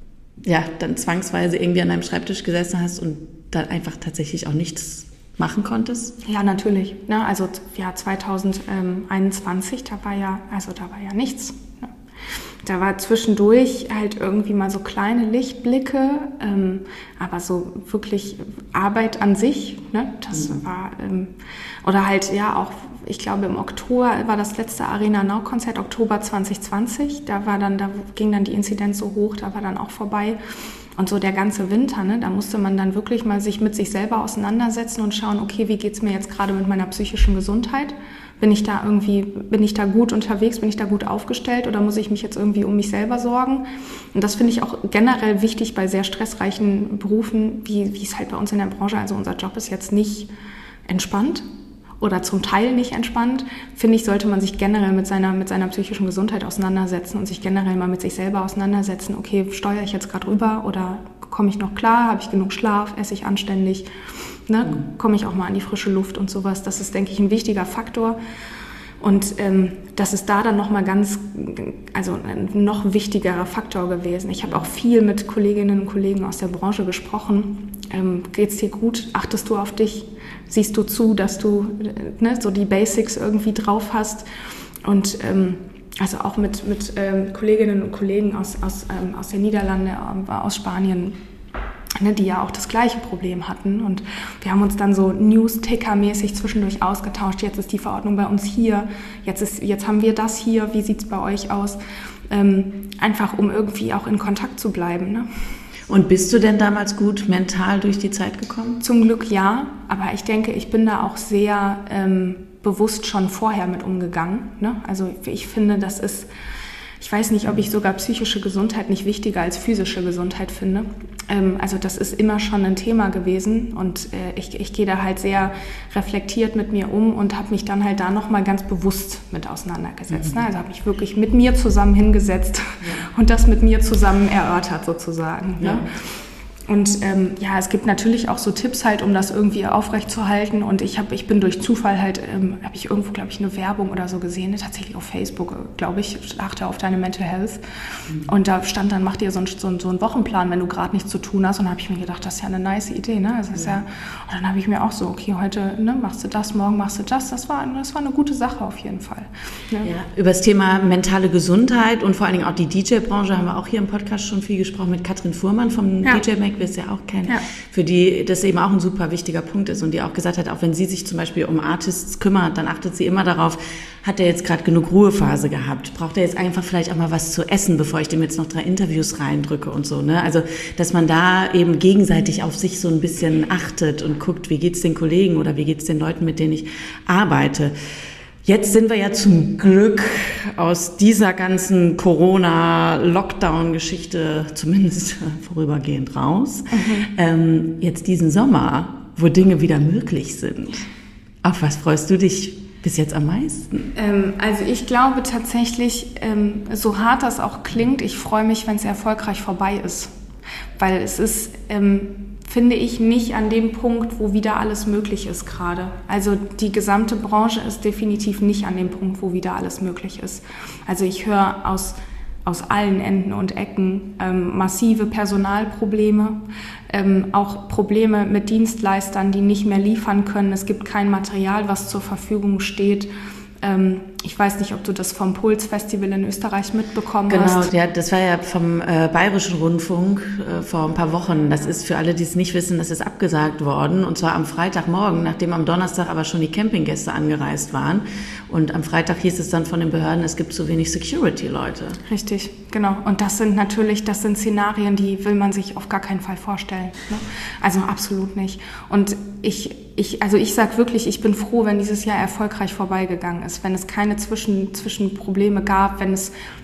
B: ja, dann zwangsweise irgendwie an deinem Schreibtisch gesessen hast und dann einfach tatsächlich auch nichts machen konntest?
A: Ja, natürlich. Ne? Also ja, zwanzig einundzwanzig, da war ja, also da war ja nichts. Ne? Da war zwischendurch halt irgendwie mal so kleine Lichtblicke, ähm, aber so wirklich Arbeit an sich, ne? Das mhm. war, ähm, oder halt ja auch, ich glaube im Oktober war das letzte Arena Now Konzert, Oktober zwanzig zwanzig, da war dann, da ging dann die Inzidenz so hoch, da war dann auch vorbei. Und so der ganze Winter, ne, da musste man dann wirklich mal sich mit sich selber auseinandersetzen und schauen, okay, wie geht's mir jetzt gerade mit meiner psychischen Gesundheit? Bin ich da irgendwie, bin ich da gut unterwegs, bin ich da gut aufgestellt oder muss ich mich jetzt irgendwie um mich selber sorgen? Und das finde ich auch generell wichtig bei sehr stressreichen Berufen, wie, wie es halt bei uns in der Branche, also unser Job ist jetzt nicht entspannt oder zum Teil nicht entspannt, finde ich, sollte man sich generell mit seiner, mit seiner psychischen Gesundheit auseinandersetzen und sich generell mal mit sich selber auseinandersetzen. Okay, steuere ich jetzt gerade rüber oder komme ich noch klar? Habe ich genug Schlaf? Esse ich anständig? Ne? Mhm. Komme ich auch mal an die frische Luft und sowas? Das ist, denke ich, ein wichtiger Faktor. Und ähm, das ist da dann nochmal ganz, also ein noch wichtigerer Faktor gewesen. Ich habe auch viel mit Kolleginnen und Kollegen aus der Branche gesprochen. Ähm, geht's dir gut? Achtest du auf dich? Siehst du zu, dass du ne, so die Basics irgendwie drauf hast? Und ähm, also auch mit, mit ähm, Kolleginnen und Kollegen aus, aus, ähm, aus den Niederlanden, äh, aus Spanien, ne, die ja auch das gleiche Problem hatten. Und wir haben uns dann so News-Ticker-mäßig zwischendurch ausgetauscht. Jetzt ist die Verordnung bei uns hier, jetzt, ist, jetzt haben wir das hier, wie sieht es bei euch aus? Ähm, einfach um irgendwie auch in Kontakt zu bleiben. Ne?
B: Und bist du denn damals gut mental durch die Zeit gekommen?
A: Zum Glück ja, aber ich denke, ich bin da auch sehr ähm, bewusst schon vorher mit umgegangen. Ne? Also ich finde, das ist, ich weiß nicht, ob ich sogar psychische Gesundheit nicht wichtiger als physische Gesundheit finde. Ähm, also das ist immer schon ein Thema gewesen und äh, ich, ich gehe da halt sehr reflektiert mit mir um und habe mich dann halt da nochmal ganz bewusst mit auseinandergesetzt. Mhm. Ne? Also habe mich wirklich mit mir zusammen hingesetzt ja. und das mit mir zusammen erörtert sozusagen. Ja. Ne? Und ähm, ja, es gibt natürlich auch so Tipps halt, um das irgendwie aufrechtzuerhalten. Und ich habe, ich bin durch Zufall halt, ähm, habe ich irgendwo, glaube ich, eine Werbung oder so gesehen, tatsächlich auf Facebook, glaube ich, achte auf deine Mental Health. Mhm. Und da stand dann, mach dir so, ein, so, ein, so einen Wochenplan, wenn du gerade nichts zu tun hast. Und da habe ich mir gedacht, das ist ja eine nice Idee, ne? Das ist ja. ja und dann habe ich mir auch so, okay, heute ne, machst du das, morgen machst du das. Das war, das war eine gute Sache auf jeden Fall.
B: Ne? Ja. Über das Thema mentale Gesundheit und vor allen Dingen auch die D J-Branche haben wir auch hier im Podcast schon viel gesprochen mit Katrin Fuhrmann vom ja. D J Mac. Wirst ja auch kennen, ja. für die das eben auch ein super wichtiger Punkt ist und die auch gesagt hat, auch wenn sie sich zum Beispiel um Artists kümmert, dann achtet sie immer darauf, hat er jetzt gerade genug Ruhephase gehabt? Braucht er jetzt einfach vielleicht auch mal was zu essen, bevor ich dem jetzt noch drei Interviews reindrücke und so, ne? Also, dass man da eben gegenseitig auf sich so ein bisschen achtet und guckt, wie geht's den Kollegen oder wie geht's den Leuten, mit denen ich arbeite. Jetzt sind wir ja zum Glück aus dieser ganzen Corona-Lockdown-Geschichte zumindest vorübergehend raus. Mhm. Ähm, jetzt diesen Sommer, wo Dinge wieder möglich sind. Auf was freust du dich bis jetzt am meisten?
A: Ähm, also ich glaube tatsächlich, ähm, so hart das auch klingt, ich freue mich, wenn es erfolgreich vorbei ist. Weil es ist... Ähm, finde ich, nicht an dem Punkt, wo wieder alles möglich ist gerade. Also die gesamte Branche ist definitiv nicht an dem Punkt, wo wieder alles möglich ist. Also ich höre aus, aus allen Enden und Ecken ähm, massive Personalprobleme, ähm, auch Probleme mit Dienstleistern, die nicht mehr liefern können. Es gibt kein Material, was zur Verfügung steht. Ähm, ich weiß nicht, ob du das vom Puls-Festival in Österreich mitbekommen
B: genau,
A: hast.
B: Genau, ja, das war ja vom äh, Bayerischen Rundfunk äh, vor ein paar Wochen. Das ist für alle, die es nicht wissen, das ist abgesagt worden. Und zwar am Freitagmorgen, nachdem am Donnerstag aber schon die Campinggäste angereist waren. Und am Freitag hieß es dann von den Behörden, es gibt zu wenig Security-Leute.
A: Richtig, genau. Und das sind natürlich, das sind Szenarien, die will man sich auf gar keinen Fall vorstellen. Ne? Also absolut nicht. Und ich, ich, also ich sag wirklich, ich bin froh, wenn dieses Jahr erfolgreich vorbeigegangen ist, wenn es keine Zwischen, Zwischenprobleme gab, wenn es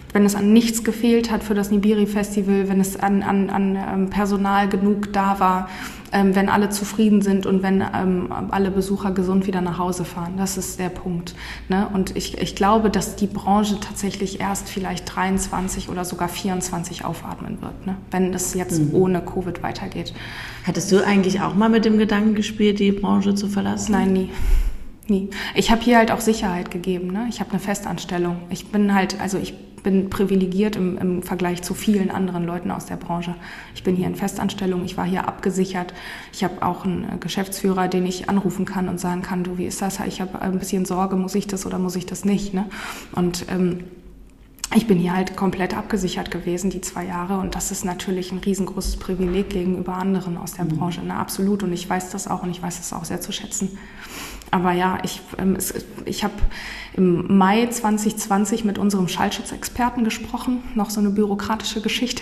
A: wenn es an nichts gefehlt hat für das Nibiri-Festival, wenn es an, an, an Personal genug da war, ähm, wenn alle zufrieden sind und wenn ähm, alle Besucher gesund wieder nach Hause fahren. Das ist der Punkt. Ne? Und ich, ich glaube, dass die Branche tatsächlich erst vielleicht dreiundzwanzig oder sogar vierundzwanzig aufatmen wird, ne? Wenn das jetzt mhm. ohne Covid weitergeht.
B: Hattest du eigentlich auch mal mit dem Gedanken gespielt, die Branche zu verlassen?
A: Nein, nie. Nie. Ich habe hier halt auch Sicherheit gegeben. Ne? Ich habe eine Festanstellung. Ich bin halt, also ich bin privilegiert im, im Vergleich zu vielen anderen Leuten aus der Branche. Ich bin hier in Festanstellung, ich war hier abgesichert. Ich habe auch einen Geschäftsführer, den ich anrufen kann und sagen kann, du, wie ist das? Ich habe ein bisschen Sorge, muss ich das oder muss ich das nicht? Ne? Und ähm, ich bin hier halt komplett abgesichert gewesen, die zwei Jahre. Und das ist natürlich ein riesengroßes Privileg gegenüber anderen aus der Branche. Ne? Absolut. Und ich weiß das auch und ich weiß das auch sehr zu schätzen. Aber ja, ich, ähm, es, ich habe im Mai zwanzig zwanzig mit unserem Schallschutzexperten gesprochen. Noch so eine bürokratische Geschichte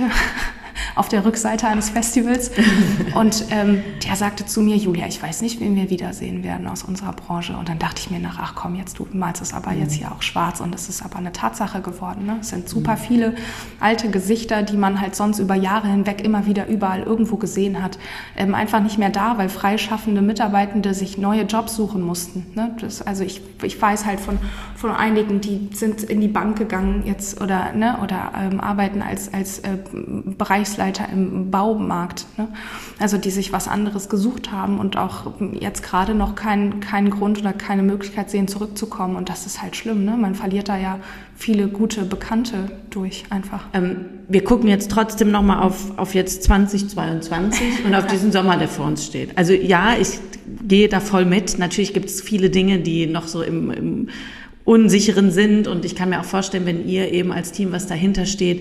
A: auf der Rückseite eines Festivals. Und ähm, der sagte zu mir, Julia, ich weiß nicht, wen wir wiedersehen werden aus unserer Branche. Und dann dachte ich mir nach, ach komm, jetzt du malst es aber jetzt hier auch schwarz. Und es ist aber eine Tatsache geworden. Ne? Es sind super viele alte Gesichter, die man halt sonst über Jahre hinweg immer wieder überall irgendwo gesehen hat. Ähm, einfach nicht mehr da, weil freischaffende Mitarbeitende sich neue Jobs suchen mussten. Ne? Das, also ich, ich weiß halt von, von einigen, die sind in die Bank gegangen jetzt oder, ne, oder ähm, arbeiten als, als äh, Bereichsleiter im Baumarkt. Ne? Also die sich was anderes gesucht haben und auch jetzt gerade noch keinen keinen Grund oder keine Möglichkeit sehen, zurückzukommen. Und das ist halt schlimm. Ne? Man verliert da ja viele gute Bekannte durch einfach.
B: Ähm, wir gucken jetzt trotzdem nochmal auf, auf jetzt zwanzig zweiundzwanzig und auf diesen Sommer, der vor uns steht. Also ja, ich gehe da voll mit. Natürlich gibt es viele Dinge, die noch so im, im Unsicheren sind und ich kann mir auch vorstellen, wenn ihr eben als Team, was dahinter steht,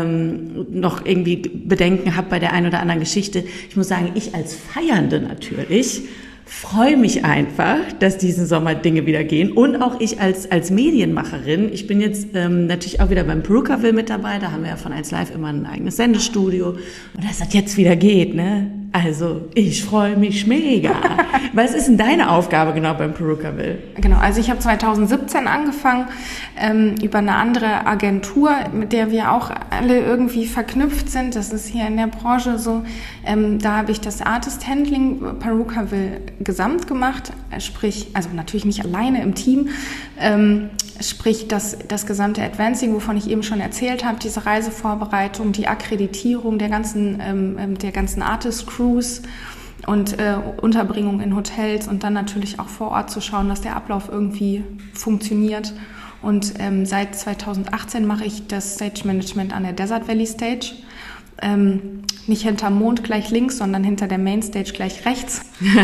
B: ähm, noch irgendwie Bedenken habt bei der einen oder anderen Geschichte. Ich muss sagen, ich als Feiernde natürlich freue mich einfach, dass diesen Sommer Dinge wieder gehen und auch ich als als Medienmacherin. Ich bin jetzt ähm, natürlich auch wieder beim Perukaville mit dabei, da haben wir ja von eins Live immer ein eigenes Sendestudio und dass das jetzt wieder geht, ne? Also ich freue mich mega. Was ist denn deine Aufgabe genau beim Perukaville?
A: Genau, also ich habe zwanzig siebzehn angefangen ähm, über eine andere Agentur, mit der wir auch alle irgendwie verknüpft sind. Das ist hier in der Branche so. Ähm, da habe ich das Artist Handling Perukaville gesamt gemacht, sprich, also natürlich nicht alleine im Team, ähm, sprich das, das gesamte Advancing, wovon ich eben schon erzählt habe, diese Reisevorbereitung, die Akkreditierung der ganzen, ähm, der ganzen Artist-Crews und äh, Unterbringung in Hotels und dann natürlich auch vor Ort zu schauen, dass der Ablauf irgendwie funktioniert. Und ähm, seit zwanzig achtzehn mache ich das Stage-Management an der Desert Valley Stage. Ähm, nicht hinterm Mond gleich links, sondern hinter der Mainstage gleich rechts.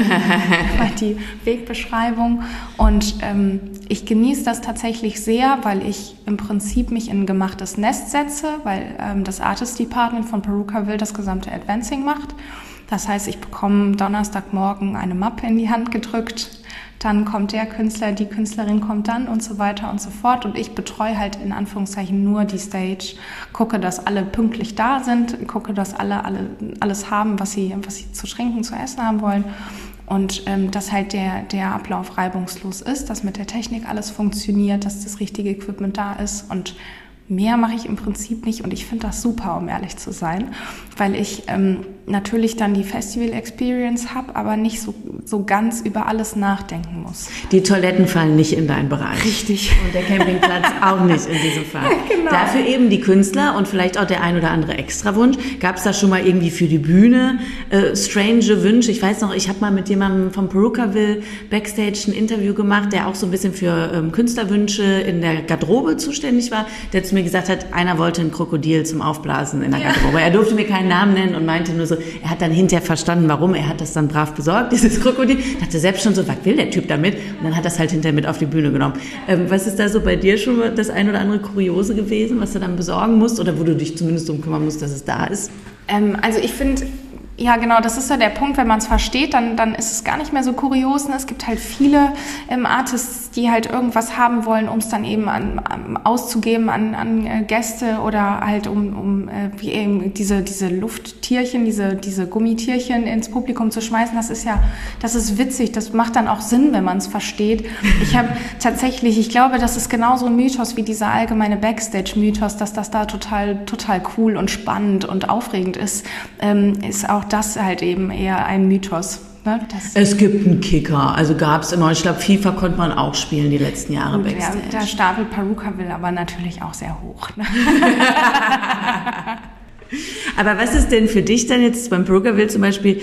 A: Die Wegbeschreibung. Und ähm, ich genieße das tatsächlich sehr, weil ich im Prinzip mich in ein gemachtes Nest setze, weil ähm, das Artist Department von Perukaville das gesamte Advancing macht. Das heißt, ich bekomme Donnerstagmorgen eine Mappe in die Hand gedrückt. Dann kommt der Künstler, die Künstlerin kommt dann und so weiter und so fort. Und ich betreue halt in Anführungszeichen nur die Stage, gucke, dass alle pünktlich da sind, gucke, dass alle, alle alles haben, was sie, was sie zu trinken, zu essen haben wollen. Und ähm, dass halt der, der Ablauf reibungslos ist, dass mit der Technik alles funktioniert, dass das richtige Equipment da ist. Und mehr mache ich im Prinzip nicht. Und ich finde das super, um ehrlich zu sein, weil ich ähm, natürlich dann die Festival-Experience habe, aber nicht so, so ganz über alles nachdenken muss.
B: Die Toiletten fallen nicht in deinen Bereich.
A: Richtig.
B: Und der Campingplatz auch nicht in diesem Fall.
A: Genau.
B: Dafür eben die Künstler und vielleicht auch der ein oder andere Extrawunsch. Gab es da schon mal irgendwie für die Bühne äh, strange Wünsche? Ich weiß noch, ich habe mal mit jemandem vom Perukaville Backstage ein Interview gemacht, der auch so ein bisschen für ähm, Künstlerwünsche in der Garderobe zuständig war, der zu mir gesagt hat, einer wollte ein Krokodil zum Aufblasen in der ja. Garderobe. Er durfte mir keinen Namen nennen und meinte nur so, er hat dann hinterher verstanden, warum. Er hat das dann brav besorgt, dieses Krokodil. Dachte selbst schon so, was will der Typ damit? Und dann hat das halt hinterher mit auf die Bühne genommen. Ähm, was ist da so bei dir schon das ein oder andere Kuriose gewesen, was du dann besorgen musst oder wo du dich zumindest darum kümmern musst, dass es da ist?
A: Ähm, also ich finde, Ja, genau, das ist ja der Punkt, wenn man es versteht, dann, dann ist es gar nicht mehr so kurios. Ne? Es gibt halt viele ähm, Artists, die halt irgendwas haben wollen, um es dann eben an, an, auszugeben an, an äh, Gäste oder halt um, um äh, wie eben diese, diese Lufttierchen, diese, diese Gummitierchen ins Publikum zu schmeißen. Das ist ja, das ist witzig, das macht dann auch Sinn, wenn man es versteht. Ich habe tatsächlich, ich glaube, das ist genauso ein Mythos wie dieser allgemeine Backstage-Mythos, dass das da total, total cool und spannend und aufregend ist, ähm, ist auch das halt eben eher ein Mythos. Ne? Das
B: es gibt einen Kicker, also gab es immer, ich glaube FIFA konnte man auch spielen die letzten Jahre
A: gut,
B: Backstage.
A: Ja, der Stapel Perukaville aber natürlich auch sehr hoch. Ne?
B: Aber was ist denn für dich dann jetzt beim Perukaville zum Beispiel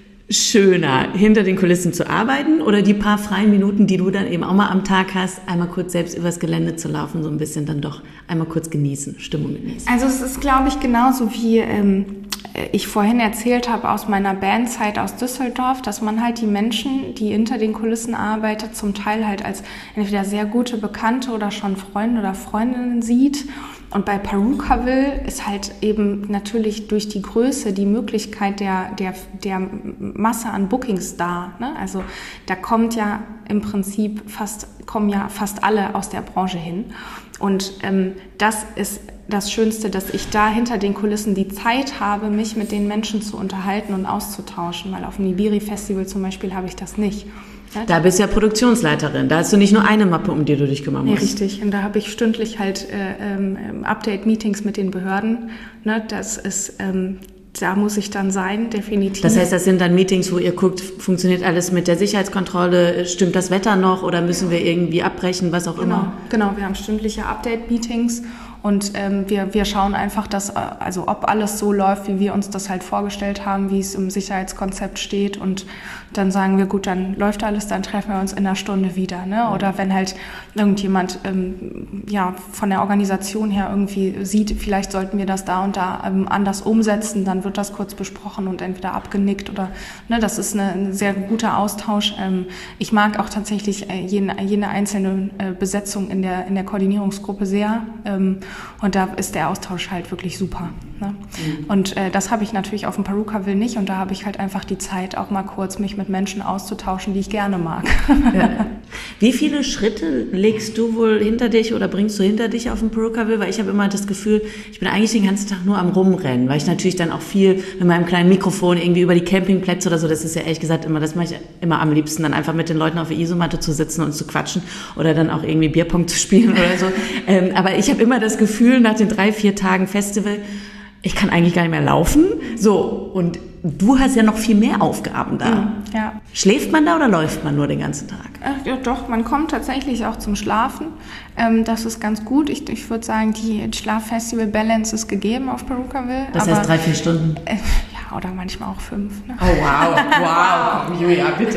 B: schöner, hinter den Kulissen zu arbeiten oder die paar freien Minuten, die du dann eben auch mal am Tag hast, einmal kurz selbst übers Gelände zu laufen, so ein bisschen dann doch einmal kurz genießen, Stimmung genießen?
A: Also es ist, glaube ich, genauso wie ähm, ich vorhin erzählt habe aus meiner Bandzeit aus Düsseldorf, dass man halt die Menschen, die hinter den Kulissen arbeitet, zum Teil halt als entweder sehr gute Bekannte oder schon Freunde oder Freundinnen sieht. Und bei Perukaville ist halt eben natürlich durch die Größe die Möglichkeit der, der, der Masse an Bookings da. Ne? Also da kommt ja im Prinzip fast, kommen ja fast alle aus der Branche hin. Und ähm, das ist das Schönste, dass ich da hinter den Kulissen die Zeit habe, mich mit den Menschen zu unterhalten und auszutauschen. Weil auf dem Nibiri-Festival zum Beispiel habe ich das nicht.
B: Da bist du ja Produktionsleiterin. Da hast du nicht nur eine Mappe, um die du dich kümmern musst.
A: Nee, richtig. Und da habe ich stündlich halt äh, ähm, Update-Meetings mit den Behörden. Ne, das ist, ähm, da muss ich dann sein, definitiv.
B: Das heißt, das sind dann Meetings, wo ihr guckt, funktioniert alles mit der Sicherheitskontrolle, stimmt das Wetter noch oder müssen wir irgendwie abbrechen, was auch
A: genau,
B: immer?
A: Genau, wir haben stündliche Update-Meetings. Und ähm, wir, wir schauen einfach, dass, also ob alles so läuft, wie wir uns das halt vorgestellt haben, wie es im Sicherheitskonzept steht. Und dann sagen wir, gut, dann läuft alles, dann treffen wir uns in einer Stunde wieder. Ne? Oder wenn halt irgendjemand ähm, ja, von der Organisation her irgendwie sieht, vielleicht sollten wir das da und da ähm, anders umsetzen, dann wird das kurz besprochen und entweder abgenickt oder, ne, das ist eine, ein sehr guter Austausch. Ähm, ich mag auch tatsächlich äh, jene, jene einzelne äh, Besetzung in der, in der Koordinierungsgruppe sehr. Ähm, Und da ist der Austausch halt wirklich super. Ne? Mhm. Und äh, das habe ich natürlich auf dem Perukaville nicht. Und da habe ich halt einfach die Zeit, auch mal kurz mich mit Menschen auszutauschen, die ich gerne mag.
B: Ja. Wie viele Schritte legst du wohl hinter dich oder bringst du hinter dich auf dem Perukaville? Weil ich habe immer das Gefühl, ich bin eigentlich den ganzen Tag nur am Rumrennen, weil ich natürlich dann auch viel mit meinem kleinen Mikrofon irgendwie über die Campingplätze oder so, das ist ja ehrlich gesagt immer, das mache ich immer am liebsten, dann einfach mit den Leuten auf der Isomatte zu sitzen und zu quatschen oder dann auch irgendwie Bierpong zu spielen oder so. ähm, aber ich habe immer das Gefühl, nach den drei, vier Tagen Festival, ich kann eigentlich gar nicht mehr laufen. So, und du hast ja noch viel mehr Aufgaben da.
A: Mhm, ja.
B: Schläft man da oder läuft man nur den ganzen Tag?
A: Ach, ja, doch, man kommt tatsächlich auch zum Schlafen. Ähm, das ist ganz gut. Ich, ich würde sagen, die Schlaffestival-Balance ist gegeben auf Perukaville.
B: Das heißt drei, vier Stunden?
A: Äh, ja, oder manchmal auch fünf. Ne?
B: Oh, wow, wow. Komm, Julia, bitte.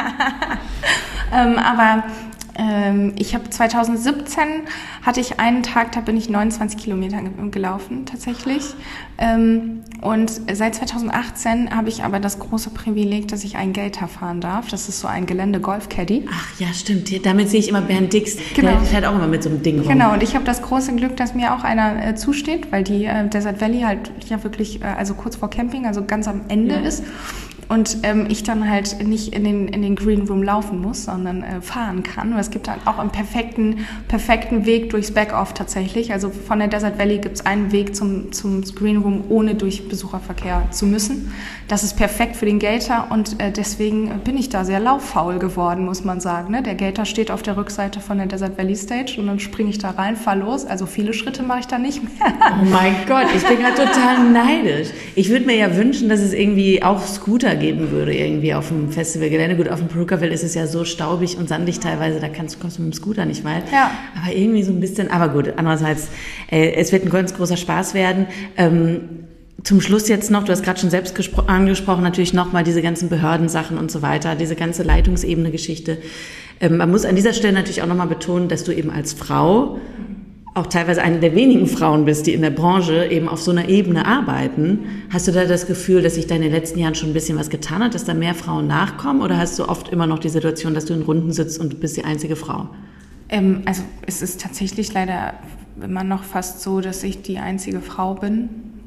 A: ähm, aber... Ich habe zwanzig siebzehn hatte ich einen Tag, da bin ich neunundzwanzig Kilometer gelaufen tatsächlich. Und seit zwanzig achtzehn habe ich aber das große Privileg, dass ich einen Gator fahren darf. Das ist so ein Gelände-Golf-Caddy.
B: Ach ja, stimmt. Damit sehe ich immer Bernd Dix.
A: Genau.
B: Der fährt auch immer mit so einem Ding rum.
A: Genau, und ich habe das große Glück, dass mir auch einer äh, zusteht, weil die äh, Desert Valley halt ja wirklich, äh, also kurz vor Camping, also ganz am Ende ja. ist. Und ähm, ich dann halt nicht in den, in den Green Room laufen muss, sondern äh, fahren kann. Und es gibt halt auch einen perfekten, perfekten Weg durchs Backoff tatsächlich. Also von der Desert Valley gibt es einen Weg zum, zum Green Room, ohne durch Besucherverkehr zu müssen. Das ist perfekt für den Gator und äh, deswegen bin ich da sehr lauffaul geworden, muss man sagen. Ne? Der Gator steht auf der Rückseite von der Desert Valley Stage und dann springe ich da rein, fahre los. Also viele Schritte mache ich da nicht mehr.
B: Oh mein Gott, ich bin gerade total neidisch. Ich würde mir ja wünschen, dass es irgendwie auch Scooter geben würde, irgendwie auf dem Festivalgelände. Gut, auf dem Perukaville ist es ja so staubig und sandig teilweise, da kannst, kommst du mit dem Scooter nicht weit.
A: Ja.
B: Aber irgendwie so ein bisschen, aber gut, andererseits, äh, es wird ein ganz großer Spaß werden. Ähm, Zum Schluss jetzt noch, du hast gerade schon selbst gespro- angesprochen, natürlich nochmal diese ganzen Behördensachen und so weiter, diese ganze Leitungsebene-Geschichte. Ähm, man muss an dieser Stelle natürlich auch nochmal betonen, dass du eben als Frau auch teilweise eine der wenigen Frauen bist, die in der Branche eben auf so einer Ebene arbeiten. Hast du da das Gefühl, dass sich da in den letzten Jahren schon ein bisschen was getan hat, dass da mehr Frauen nachkommen? Oder hast du oft immer noch die Situation, dass du in Runden sitzt und du bist die einzige Frau?
A: Ähm, also es ist tatsächlich leider immer noch fast so, dass ich die einzige Frau bin.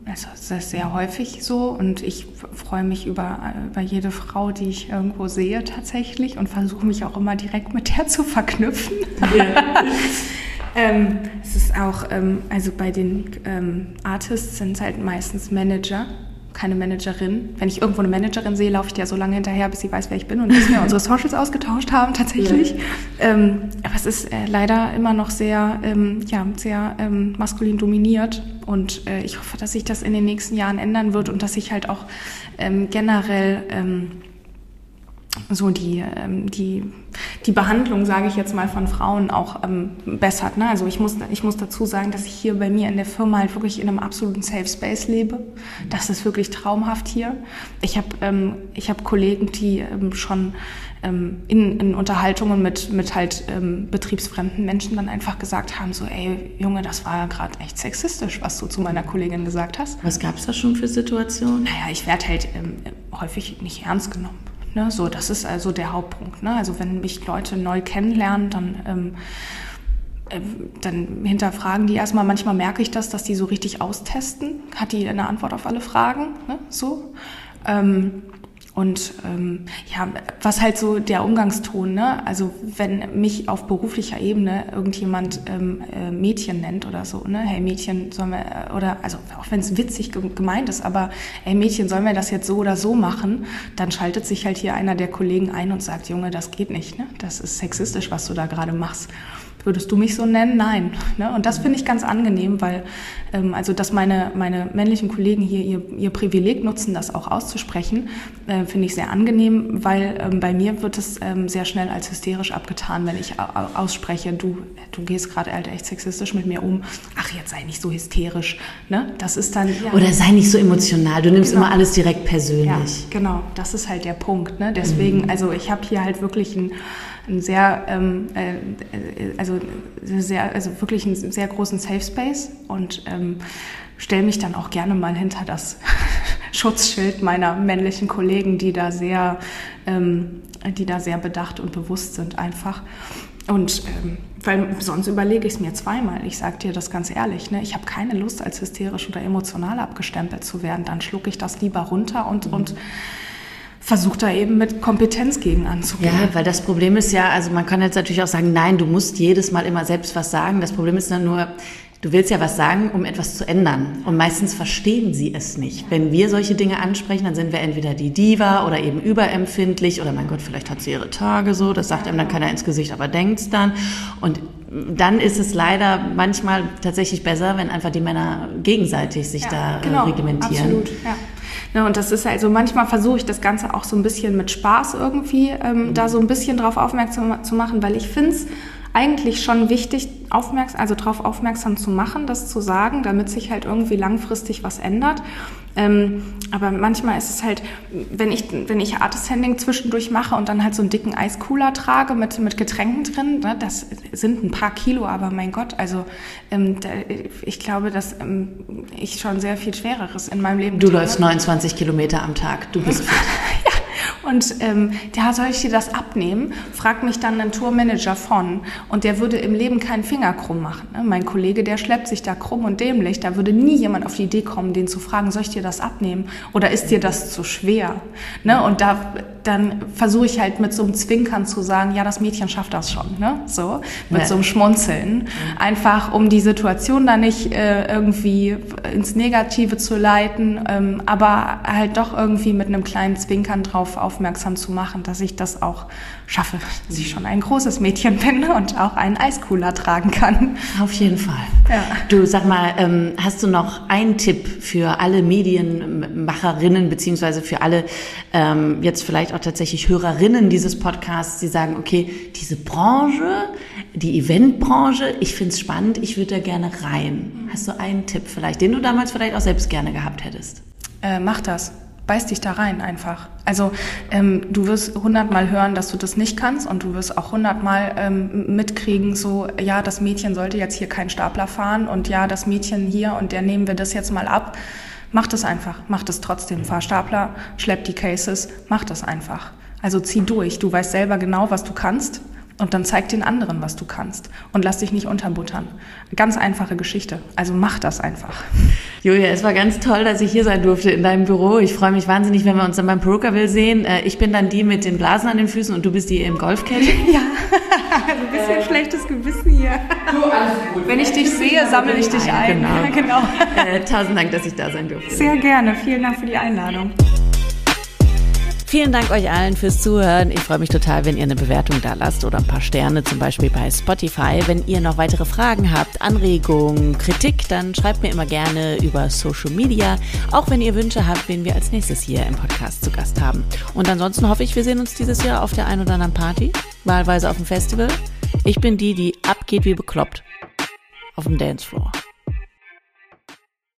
A: also das ist sehr häufig so und ich freue mich über, über jede Frau, die ich irgendwo sehe tatsächlich und versuche mich auch immer direkt mit der zu verknüpfen. Yeah. ähm, es ist auch, ähm, also bei den ähm, Artists sind es halt meistens Manager, keine Managerin. Wenn ich irgendwo eine Managerin sehe, laufe ich der so lange hinterher, bis sie weiß, wer ich bin und bis wir unsere Socials ausgetauscht haben tatsächlich. Ja. Ähm, aber es ist äh, leider immer noch sehr, ähm, ja, sehr ähm, maskulin dominiert und äh, ich hoffe, dass sich das in den nächsten Jahren ändern wird und dass sich halt auch ähm, generell ähm, so die, ähm, die, die Behandlung, sage ich jetzt mal, von Frauen auch ähm, bessert. Ne? Also ich muss, ich muss dazu sagen, dass ich hier bei mir in der Firma halt wirklich in einem absoluten Safe Space lebe. Das ist wirklich traumhaft hier. Ich habe ähm, ich hab Kollegen, die ähm, schon ähm, in, in Unterhaltungen mit, mit halt ähm, betriebsfremden Menschen dann einfach gesagt haben, so ey Junge, das war ja gerade echt sexistisch, was du zu meiner Kollegin gesagt hast.
B: Was gab es da schon für Situationen?
A: Naja, ich werde halt ähm, häufig nicht ernst genommen. Ne, so, das ist also der Hauptpunkt. Ne? Also wenn mich Leute neu kennenlernen, dann, ähm, äh, dann hinterfragen die erstmal. Manchmal merke ich das, dass die so richtig austesten. Hat die eine Antwort auf alle Fragen? Ne? So. Ähm, und ähm, ja, was halt so der Umgangston, ne? Also wenn mich auf beruflicher Ebene irgendjemand ähm, äh, Mädchen nennt oder so, ne, hey Mädchen, sollen wir, oder also auch wenn es witzig gemeint ist, aber hey Mädchen, sollen wir das jetzt so oder so machen, dann schaltet sich halt hier einer der Kollegen ein und sagt, Junge, das geht nicht, ne? Das ist sexistisch, was du da gerade machst. Würdest du mich so nennen? Nein. Ne? Und das finde ich ganz angenehm, weil ähm, also dass meine meine männlichen Kollegen hier ihr ihr Privileg nutzen, das auch auszusprechen, äh, finde ich sehr angenehm, weil ähm, bei mir wird es ähm, sehr schnell als hysterisch abgetan, wenn ich a- ausspreche, du du gehst gerade halt echt sexistisch mit mir um. Ach, jetzt sei nicht so hysterisch. Ne? Das ist dann ja.
B: Oder sei nicht so emotional. Du nimmst
A: genau.
B: immer alles direkt persönlich.
A: Ja, genau. Das ist halt der Punkt. Ne? Deswegen, mhm. also ich habe hier halt wirklich ein ein sehr, ähm, äh, also sehr, also wirklich einen sehr großen Safe Space und ähm, stelle mich dann auch gerne mal hinter das Schutzschild meiner männlichen Kollegen, die da sehr, ähm, die da sehr bedacht und bewusst sind einfach. Und ähm, weil sonst überlege ich es mir zweimal. Ich sage dir das ganz ehrlich, ne? Ich habe keine Lust, als hysterisch oder emotional abgestempelt zu werden. Dann schlucke ich das lieber runter und mhm. und versucht da eben mit Kompetenz gegen anzugehen.
B: Ja, weil das Problem ist ja, also man kann jetzt natürlich auch sagen, nein, du musst jedes Mal immer selbst was sagen. Das Problem ist dann nur, du willst ja was sagen, um etwas zu ändern. Und meistens verstehen sie es nicht. Wenn wir solche Dinge ansprechen, dann sind wir entweder die Diva oder eben überempfindlich oder mein Gott, vielleicht hat sie ihre Tage so. Das sagt einem dann keiner ins Gesicht, aber denkt's dann. Und dann ist es leider manchmal tatsächlich besser, wenn einfach die Männer gegenseitig sich ja, da genau, reglementieren.
A: Absolut, ja. Ne, und das ist also manchmal versuche ich das Ganze auch so ein bisschen mit Spaß irgendwie ähm, mhm. da so ein bisschen drauf aufmerksam zu machen, weil ich finde es eigentlich schon wichtig, aufmerksam, also darauf aufmerksam zu machen, das zu sagen, damit sich halt irgendwie langfristig was ändert. Ähm, aber manchmal ist es halt, wenn ich wenn ich Artist-Handling zwischendurch mache und dann halt so einen dicken Eiscooler trage mit mit Getränken drin, ne, das sind ein paar Kilo, aber mein Gott, also ähm, da, ich glaube, dass ähm, ich schon sehr viel Schwereres in meinem Leben
B: Du tue. läufst neunundzwanzig Kilometer am Tag, du bist fit.
A: Ja. Und ähm, ja, soll ich dir das abnehmen? Fragt mich dann ein Tourmanager von. Und der würde im Leben keinen Finger krumm machen. Ne? Mein Kollege, der schleppt sich da krumm und dämlich. Da würde nie jemand auf die Idee kommen, den zu fragen, soll ich dir das abnehmen? Oder ist dir das zu schwer? Ne? Und da dann versuche ich halt mit so einem Zwinkern zu sagen, ja, das Mädchen schafft das schon. Ne? So, mit ja. so einem Schmunzeln. Einfach, um die Situation da nicht äh, irgendwie ins Negative zu leiten, ähm, aber halt doch irgendwie mit einem kleinen Zwinkern drauf aufmerksam zu machen, dass ich das auch schaffe, dass ich schon ein großes Mädchen bin und auch einen Eiscooler tragen kann.
B: Auf jeden Fall. Ja. Du, sag mal, ähm, hast du noch einen Tipp für alle Medienmacherinnen beziehungsweise für alle ähm, jetzt vielleicht auch tatsächlich Hörerinnen dieses Podcasts, die sagen, okay, diese Branche, die Eventbranche, ich find's spannend, ich würde da gerne rein. Hast du einen Tipp vielleicht, den du damals vielleicht auch selbst gerne gehabt hättest?
A: Äh, mach das. Beiß dich da rein einfach. Also ähm, du wirst hundertmal hören, dass du das nicht kannst und du wirst auch hundertmal ähm, mitkriegen, so, ja, das Mädchen sollte jetzt hier keinen Stapler fahren und ja, das Mädchen hier und der nehmen wir das jetzt mal ab. Mach das einfach, mach das trotzdem. Fahr Stapler, schlepp die Cases, mach das einfach. Also zieh durch. Du weißt selber genau, was du kannst und dann zeig den anderen, was du kannst und lass dich nicht unterbuttern. Ganz einfache Geschichte. Also mach das einfach.
B: Julia, es war ganz toll, dass ich hier sein durfte in deinem Büro. Ich freue mich wahnsinnig, wenn wir uns dann beim Perucaville sehen. Ich bin dann die mit den Blasen an den Füßen und du bist die im Golfcatch.
A: Ja, ein bisschen äh, schlechtes Gewissen hier. Du, alles gut. Wenn ich dich sehe, sammle ich dich ein.
B: Genau.
A: Ja, genau.
B: Äh, tausend Dank, dass ich da sein durfte.
A: Sehr gerne. Vielen Dank für die Einladung.
B: Vielen Dank euch allen fürs Zuhören. Ich freue mich total, wenn ihr eine Bewertung da lasst oder ein paar Sterne, zum Beispiel bei Spotify. Wenn ihr noch weitere Fragen habt, Anregungen, Kritik, dann schreibt mir immer gerne über Social Media. Auch wenn ihr Wünsche habt, wen wir als nächstes hier im Podcast zu Gast haben. Und ansonsten hoffe ich, wir sehen uns dieses Jahr auf der ein oder anderen Party, wahlweise auf dem Festival. Ich bin die, die abgeht wie bekloppt auf dem Dancefloor.